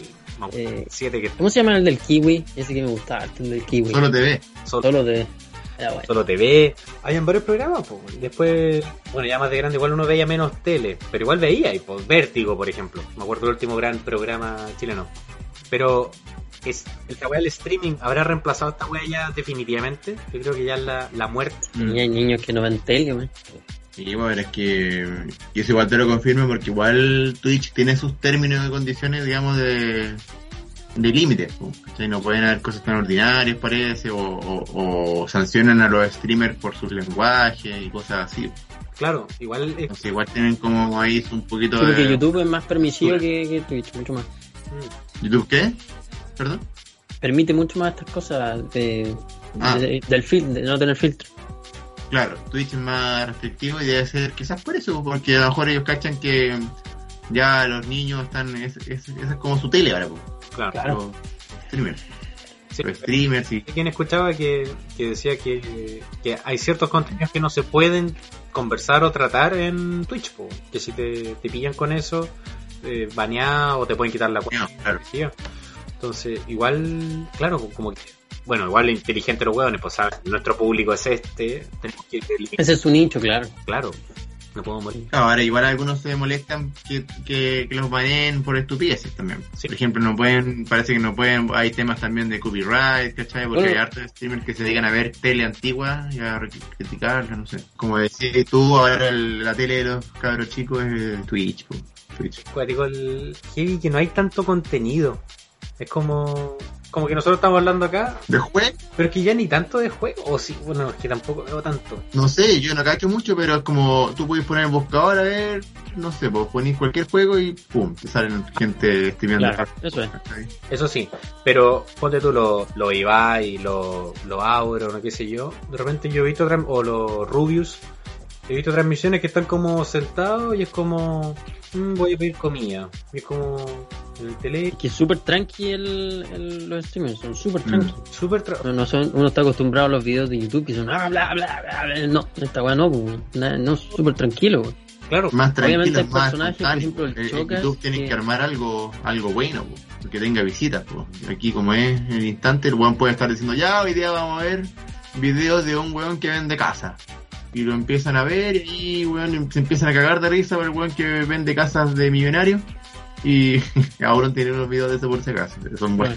7 que ¿Cómo se llama el del Kiwi? Ese que me gustaba, el del Kiwi. Solo TV. Solo de... Era bueno. Solo TV. Habían varios programas, pues. Después, bueno, ya más de grande, igual uno veía menos tele, pero igual veía, y pues Vértigo, por ejemplo. Me acuerdo del último gran programa chileno. Pero esta weá del streaming habrá reemplazado esta weá ya definitivamente. Yo creo que ya es la muerte. Y hay niños que no ven tele, güey. Y bueno, es que y eso igual te lo confirmo porque igual Twitch tiene sus términos y condiciones, digamos, de límites, po, ¿cachai? No pueden haber cosas tan ordinarias, parece, o sancionan a los streamers por sus lenguajes y cosas así. Claro, igual es... Entonces igual tienen como ahí un poquito Creo que de... YouTube es más permisivo que Twitch, mucho más. ¿YouTube qué? ¿Perdón? Permite mucho más estas cosas de no tener filtro. Claro, Twitch es más restrictivo y debe ser quizás por eso, porque a lo mejor ellos cachan que ya los niños están... Esa es como su tele ahora, po. Claro. Los streamers. Sí. Los streamers y... Quien escuchaba que decía que hay ciertos contenidos que no se pueden conversar o tratar en Twitch, po, que si te pillan con eso, baneado o te pueden quitar la cuenta. No, claro. Entonces, igual, claro, como que, bueno, igual inteligente los hueones, pues saben, nuestro público es tenemos que eliminar, Ese es su nicho, claro. claro, no podemos morir. Claro, ahora igual algunos se molestan que los baneen por estupideces también. Sí. Por ejemplo, parece que no pueden, hay temas también de copyright, ¿cachai? Porque Bueno. hay hartos streamers que se dedican a ver tele antigua y a criticarla, no sé. Como decís tú, ahora la tele de los cabros chicos es Twitch, po. Twitch. Digo, el heavy que no hay tanto contenido, es como que nosotros estamos hablando acá, ¿De juego? pero es que ya ni tanto de juego, o sí, bueno, es que tampoco veo tanto. No sé, yo no cacho mucho, pero es como tú puedes poner el buscador a ver, no sé, pues ponís cualquier juego y pum, te salen gente streameando. Claro, eso es. ¿cachai? Eso sí, pero ponte tú los Ibai, los Auro, no qué sé yo. De repente yo he visto, o los Rubius, he visto transmisiones que están como sentados y es como, voy a pedir comida. Y es como en el tele, Que es súper tranqui los streamers, son súper tranqui. súper Uno está acostumbrado a los videos de YouTube que son bla bla bla bla. No, esta weá no, pues, no, súper tranquilo, güey. claro. Más Obviamente tranquilo, hay más personajes, por ejemplo, el espontáneo. Chocas, YouTube tiene que- que armar algo bueno, po, que tenga visitas. Po. Aquí como es en el instante, el weón puede estar diciendo, ya hoy día vamos a ver videos de un weón que vende casa. Y lo empiezan a ver y weón, se empiezan a cagar de risa por el weón que vende casas de millonarios. Y ahora tiene unos videos de eso por si acaso, son buenos.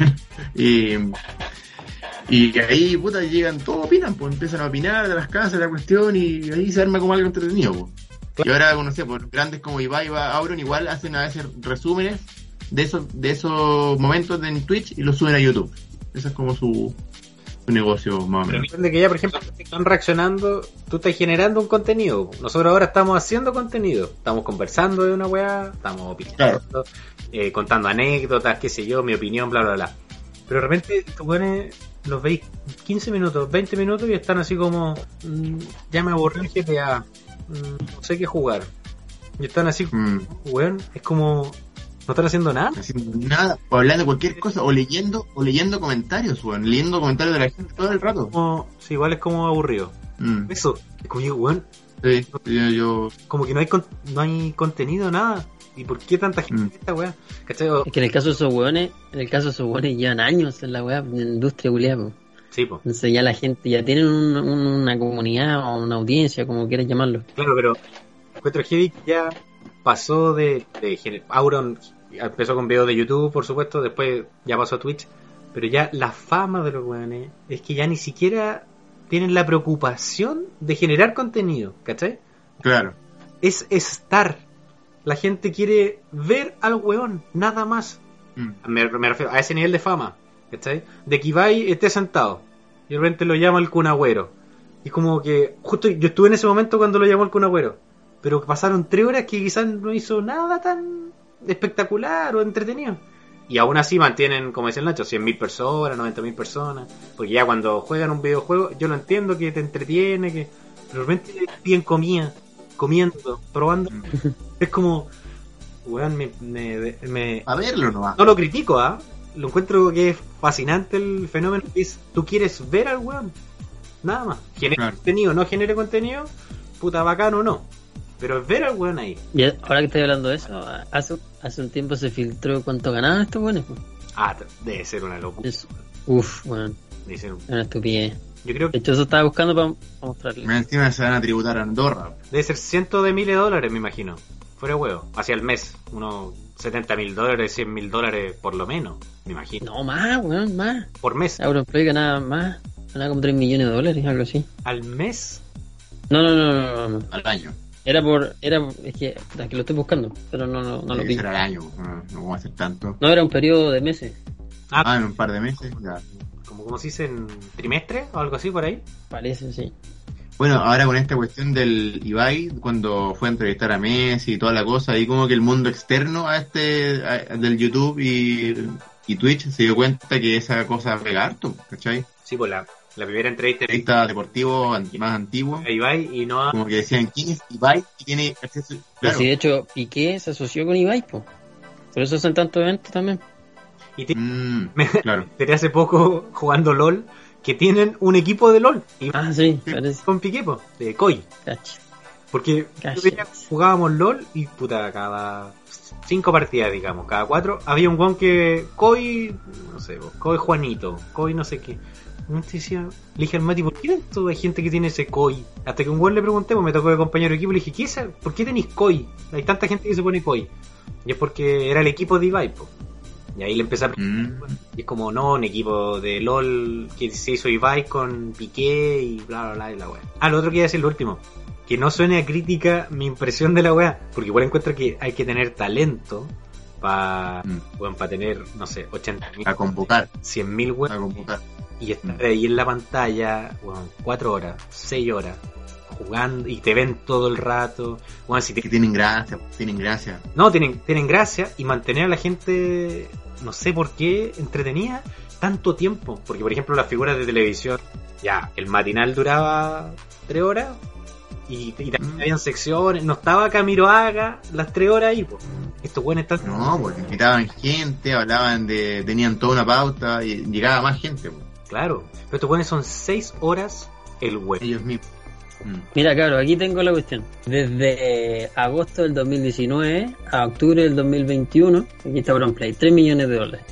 Y ahí, puta, llegan, todos opinan, pues empiezan a opinar de las casas, de la cuestión, y ahí se arma como algo entretenido, pues. Y ahora, no sé, pues grandes como Ibai y Auron igual hacen a veces resúmenes de esos momentos en Twitch y los suben a YouTube. Esa es como su un negocio más o Pero menos. depende que ya, por ejemplo, están reaccionando, tú estás generando un contenido. Nosotros ahora estamos haciendo contenido. Estamos conversando de una weá, estamos opinando, contando anécdotas, qué sé yo, mi opinión, bla, bla, bla. Pero de repente tú pones, los veis 15 minutos, 20 minutos y están así como, ya me aburrió el GTA, no sé qué jugar. Y están así, weón, es como, no están haciendo nada. Haciendo nada, o hablando de cualquier cosa, o leyendo comentarios, weón, leyendo comentarios de la gente todo el rato. Como, sí, igual es como aburrido. Eso, es como yo, weón, Sí, yo como que no hay contenido, nada. ¿Y por qué tanta gente en esta weá? ¿Cachai? Es que en el caso de esos hueones llevan años en la weá, en la industria culiada, po. Sí, po. Entonces ya la gente ya tienen una comunidad o una audiencia, como quieras llamarlo. Claro, pero encuentro heavy que ya pasó de Auron empezó con videos de YouTube, por supuesto, después ya pasó a Twitch, pero ya la fama de los weones es que ya ni siquiera tienen la preocupación de generar contenido, ¿cachai? claro. Es estar. La gente quiere ver al weón, nada más. Me refiero a ese nivel de fama, ¿cachai? De que Ibai esté sentado y de repente lo llama el Kun Agüero. Y como que, justo yo estuve en ese momento cuando lo llamó el Kun Agüero, pero pasaron 3 horas que quizás no hizo nada tan espectacular o entretenido. Y aún así mantienen, como decía el Nacho, 100.000 personas, 90.000 personas. Porque ya cuando juegan un videojuego, yo lo entiendo que te entretiene, que pero de repente piden comida, comiendo, probando. Es como, weón, A verlo nomás. no lo critico, lo encuentro que es fascinante el fenómeno que es, tú quieres ver al weón, nada más. Genere Claro. contenido, no genere contenido, puta bacano no. Pero es ver al weón ahí. Y ahora que estoy hablando de eso, hace un tiempo se filtró cuánto ganaban estos buenos. Debe ser una locura. Weón, Debe ser una estupidez. yo creo De que hecho, eso estaba buscando para mostrarle. Más encima se van a tributar a Andorra. debe ser cientos de miles de dólares, me imagino. Fuera de huevo, hacia el mes. Unos $70.000, $100.000 por lo menos, me imagino. No, más, weón, más. Por mes. Auronplay ganaba más. Ganaba como $3 millones, algo así. Al mes. No. Al año. Es que lo estoy buscando, pero no lo vi. Será al año, no vamos a hacer tanto. No, era un periodo de meses, En un par de meses, ya. Como se dice en trimestre o algo así por ahí. parece, sí. Bueno, ahora con esta cuestión del Ibai, cuando fue a entrevistar a Messi y toda la cosa, ahí como que el mundo externo del YouTube y Twitch se dio cuenta que esa cosa pega harto, ¿cachai? Sí, pues la primera entrevista de Entrevista deportivo más antiguo, Ibai y no como que decían, ¿quién es Ibai? Y tiene acceso, Pero claro. sí, de hecho, Piqué se asoció con Ibai, po. Por eso hacen tantos eventos también. y Claro. enteré hace poco jugando LOL que tienen un equipo de LOL y Ah, sí, parece. con Piqué, po, de Koi. Cacho. Porque Cacha. jugábamos LOL y puta, cada 5 partidas, digamos, cada 4, había un guan que Koi, no sé, Koi Juanito, Koi no sé qué. No te decía, le dije al Mati, ¿por qué tanto hay gente que tiene ese Koi? Hasta que un guan le pregunté, pues me tocó de compañero de equipo, le dije, ¿por qué tenéis Koi? Hay tanta gente que se pone Koi. Y es porque era el equipo de Ibai, po. Y ahí le empecé a preguntar, y es como, no, un equipo de LOL que se hizo Ibai con Piqué y bla bla bla y la wea. Lo otro que iba a decir, lo último, que no suene a crítica mi impresión de la wea, porque igual encuentro que hay que tener talento para tener, no sé, 80.000, A convocar, 100.000 weas a convocar. y estar ahí en la pantalla, 4 horas, 6 horas jugando y te ven todo el rato. Si Que tienen gracia. no, tienen gracia y mantener a la gente, no sé por qué, entretenida tanto tiempo. Porque, por ejemplo, las figuras de televisión, ya, el matinal duraba 3 horas y también habían secciones. No estaba Camiroaga las 3 horas ahí, pues. Estos buenos están. No, porque invitaban gente, tenían toda una pauta y llegaba más gente, pues. Claro, pero estos buenos son 6 horas el web. Ellos mismos. Mira, claro, aquí tengo la cuestión. Desde agosto del 2019 a octubre del 2021, aquí está Auronplay, $3 millones.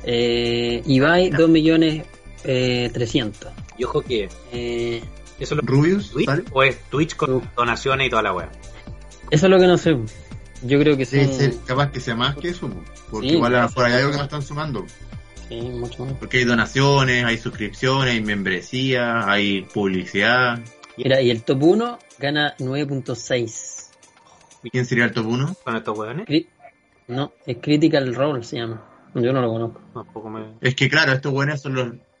Ibai, 2.300.000. Y ojo que eso es lo Rubius, Twitch ¿vale? o es Twitch con donaciones y toda la web. Eso es lo que no sé. Yo creo que Debe son... ser capaz que sea más que eso, pues. Porque Sí, igual a lo claro. mejor hay algo que no están sumando. Sí, mucho más. Porque hay donaciones, hay suscripciones, hay membresía, hay publicidad. Mira, y el top 1 gana 9.6. ¿Y quién sería el top 1? Con estos weones. No, es Critical Role se llama. Yo no lo conozco. Tampoco me. Es que claro, estos buenos son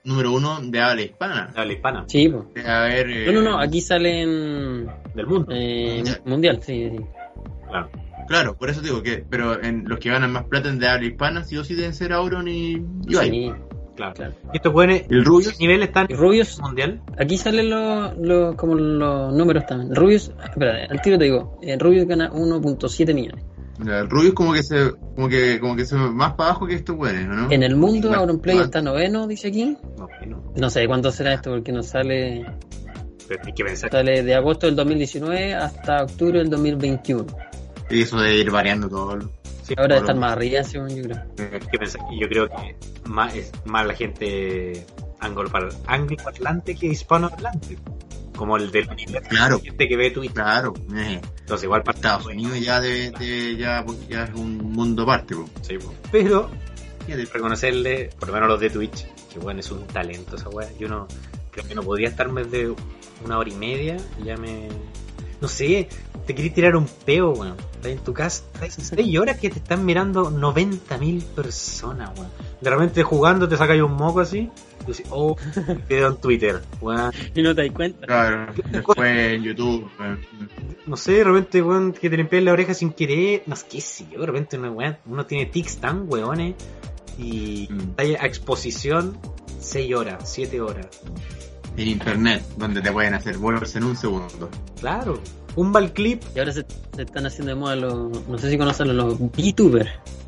número 1 de habla hispana. Habla hispana. Sí, pues. A ver, No, aquí salen Del mundo. mundial, sí. Claro. Claro, por eso digo que, pero en los que ganan más plata en de habla hispana, sí o sí deben ser Auron y Ibai. Sí, Claro. claro. Y estos buenos, El Rubius, ¿qué nivel están Y en Rubius, el mundial? aquí salen como los números también. Rubius, espera, al tiro te digo, Rubius gana 1.7 millones. el Rubius como que se más para abajo que estos buenos, ¿no? En el mundo, Igual, Auronplay igual. está noveno, dice aquí. No, que no. No sé cuánto será esto porque nos sale Pero hay que pensar sale de agosto del 2019 hasta octubre del 2021. Y eso de ir variando todo. sí, Ahora por están lo- más arriba, según yo creo. hay que pensar que yo creo que es más la gente angloparlante que hispanohablante. Como el del universo. Claro. Gente que ve Twitter. Claro, Entonces igual para Estados Unidos ya ya es un mundo aparte, po. Sí, po. Pero Fíjate, reconocerle, por lo menos los de Twitch, que bueno, es un talento esa weá. Yo no creo que no podría estar más de 1 hora y media y ya me... No sé, te querés tirar un peo, weón. Estás en tu casa, estás 6 horas que te están mirando 90.000 personas, weón. De repente jugando te sacas un moco así, y dices, oh, video en Twitter, weón. Y no te das cuenta. claro, después en YouTube, No sé, de repente, weón, que te limpias la oreja sin querer, no sé qué sé yo, de repente uno tiene tics tan weones y está a exposición 6 horas, 7 horas. en internet, donde te pueden hacer bolsa en un segundo. Claro, un mal clip. Y ahora se están haciendo de moda no sé si conocen los VTubers.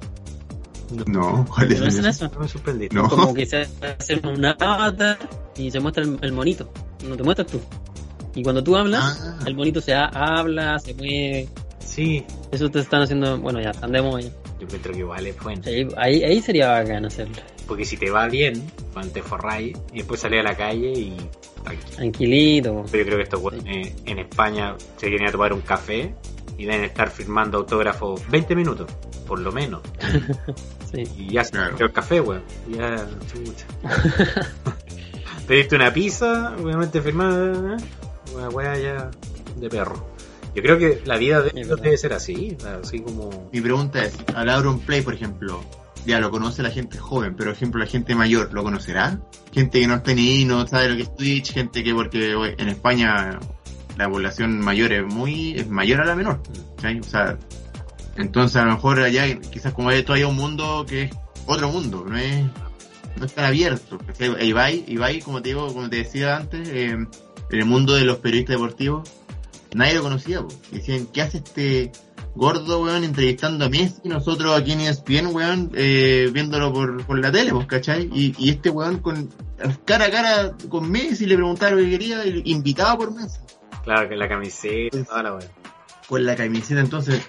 No, ¿cuál es ¿Conocen eso? eso? No me sorprendí. No. Como que se hacen una avatar y se muestra el monito. No te muestras tú. Y cuando tú hablas, Ah. el monito habla, se mueve. Sí, Eso te están haciendo, bueno, ya, andemos ya. yo creo que igual es bueno. Sí, ahí sería bacán hacerlo. Porque si te va bien, cuando te forráis y después salís a la calle y tranquilo. Tranquilito. Yo creo que estos weones en España se quieren a tomar un café y deben estar firmando autógrafos 20 minutos, por lo menos. Sí. Y ya se Claro. quedó el café, weón. Ya, chucha. Pediste una pizza, obviamente firmada, una weá ya de perro. Yo creo que la vida de ellos verdad. debe ser así, así como... Mi pregunta es, al Auronplay, por ejemplo, ya lo conoce la gente joven, pero por ejemplo la gente mayor, ¿lo conocerá? Gente que no está ni ahí, no sabe lo que es Twitch, gente que porque hoy en España la población mayor es mayor a la menor, ¿sí? O sea, entonces a lo mejor allá quizás como hay todavía un mundo que es otro mundo, no es tan abierto. E Ibai, como te digo, como te decía antes, en el mundo de los periodistas deportivos, nadie lo conocía, po. Decían, ¿qué hace este gordo, weón, entrevistando a Messi y nosotros aquí en ESPN, weón, viéndolo por la tele, pues, ¿cachai? Y este weón con cara a cara con Messi le preguntaba lo que quería, y invitado por Messi. Claro, que la camiseta, toda la weá. Con la camiseta, entonces,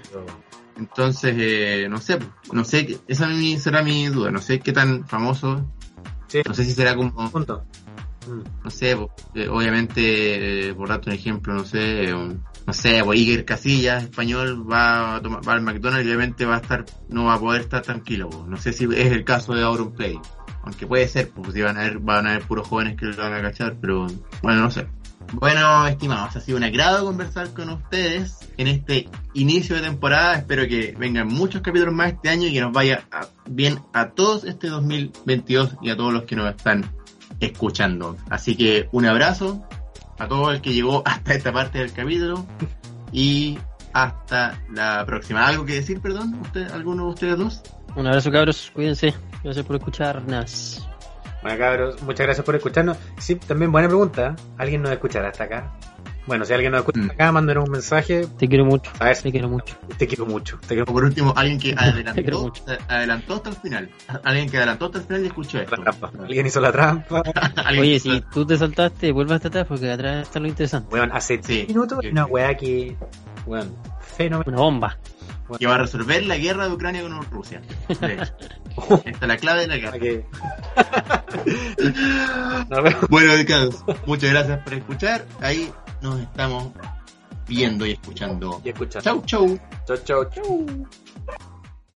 no sé, no sé, esa será mi duda, no sé qué tan famoso, Sí. no sé si será como, Punto. no sé, obviamente, por darte un ejemplo, no sé, Iker Casillas, español, va al McDonald's y obviamente no va a poder estar tranquilo, po. No sé si es el caso de Auronplay, aunque puede ser, pues si van a haber puros jóvenes que lo van a cachar, pero bueno, no sé. Bueno, estimados, ha sido un agrado conversar con ustedes en este inicio de temporada. Espero que vengan muchos capítulos más este año y que nos vaya bien a todos este 2022 y a todos los que nos están escuchando. Así que un abrazo a todo el que llegó hasta esta parte del capítulo y hasta la próxima. ¿Algo que decir, perdón? ¿Alguno de ustedes dos? Un abrazo, cabros, cuídense. Gracias por escucharnos. Bueno, cabros, muchas gracias por escucharnos. Sí, también buena pregunta. ¿Alguien nos escuchará hasta acá? Bueno, si alguien nos escucha hasta acá, mándanos un mensaje. Te quiero mucho. ¿Sabes? Te quiero mucho. Te quiero mucho. Te quiero O por último, alguien que Te quiero adelantó, mucho. adelantó hasta el final. Alguien que adelantó hasta el final y escuchó esto. la trampa. Alguien hizo la trampa. Alguien Oye, que- si tú te saltaste, vuelve hasta atrás porque atrás está lo interesante. Weón, hace Sí. 10 minutos Sí. una weá que... Weón, fenomenal. Una bomba. que va a resolver la guerra de Ucrania con Rusia. De hecho. Esta es la clave de la guerra. Que... Nos vemos. Bueno, Carlos, muchas gracias por escuchar. Ahí nos estamos viendo y escuchando. Y escuchar. Chau, chau. Chau, chau, chau.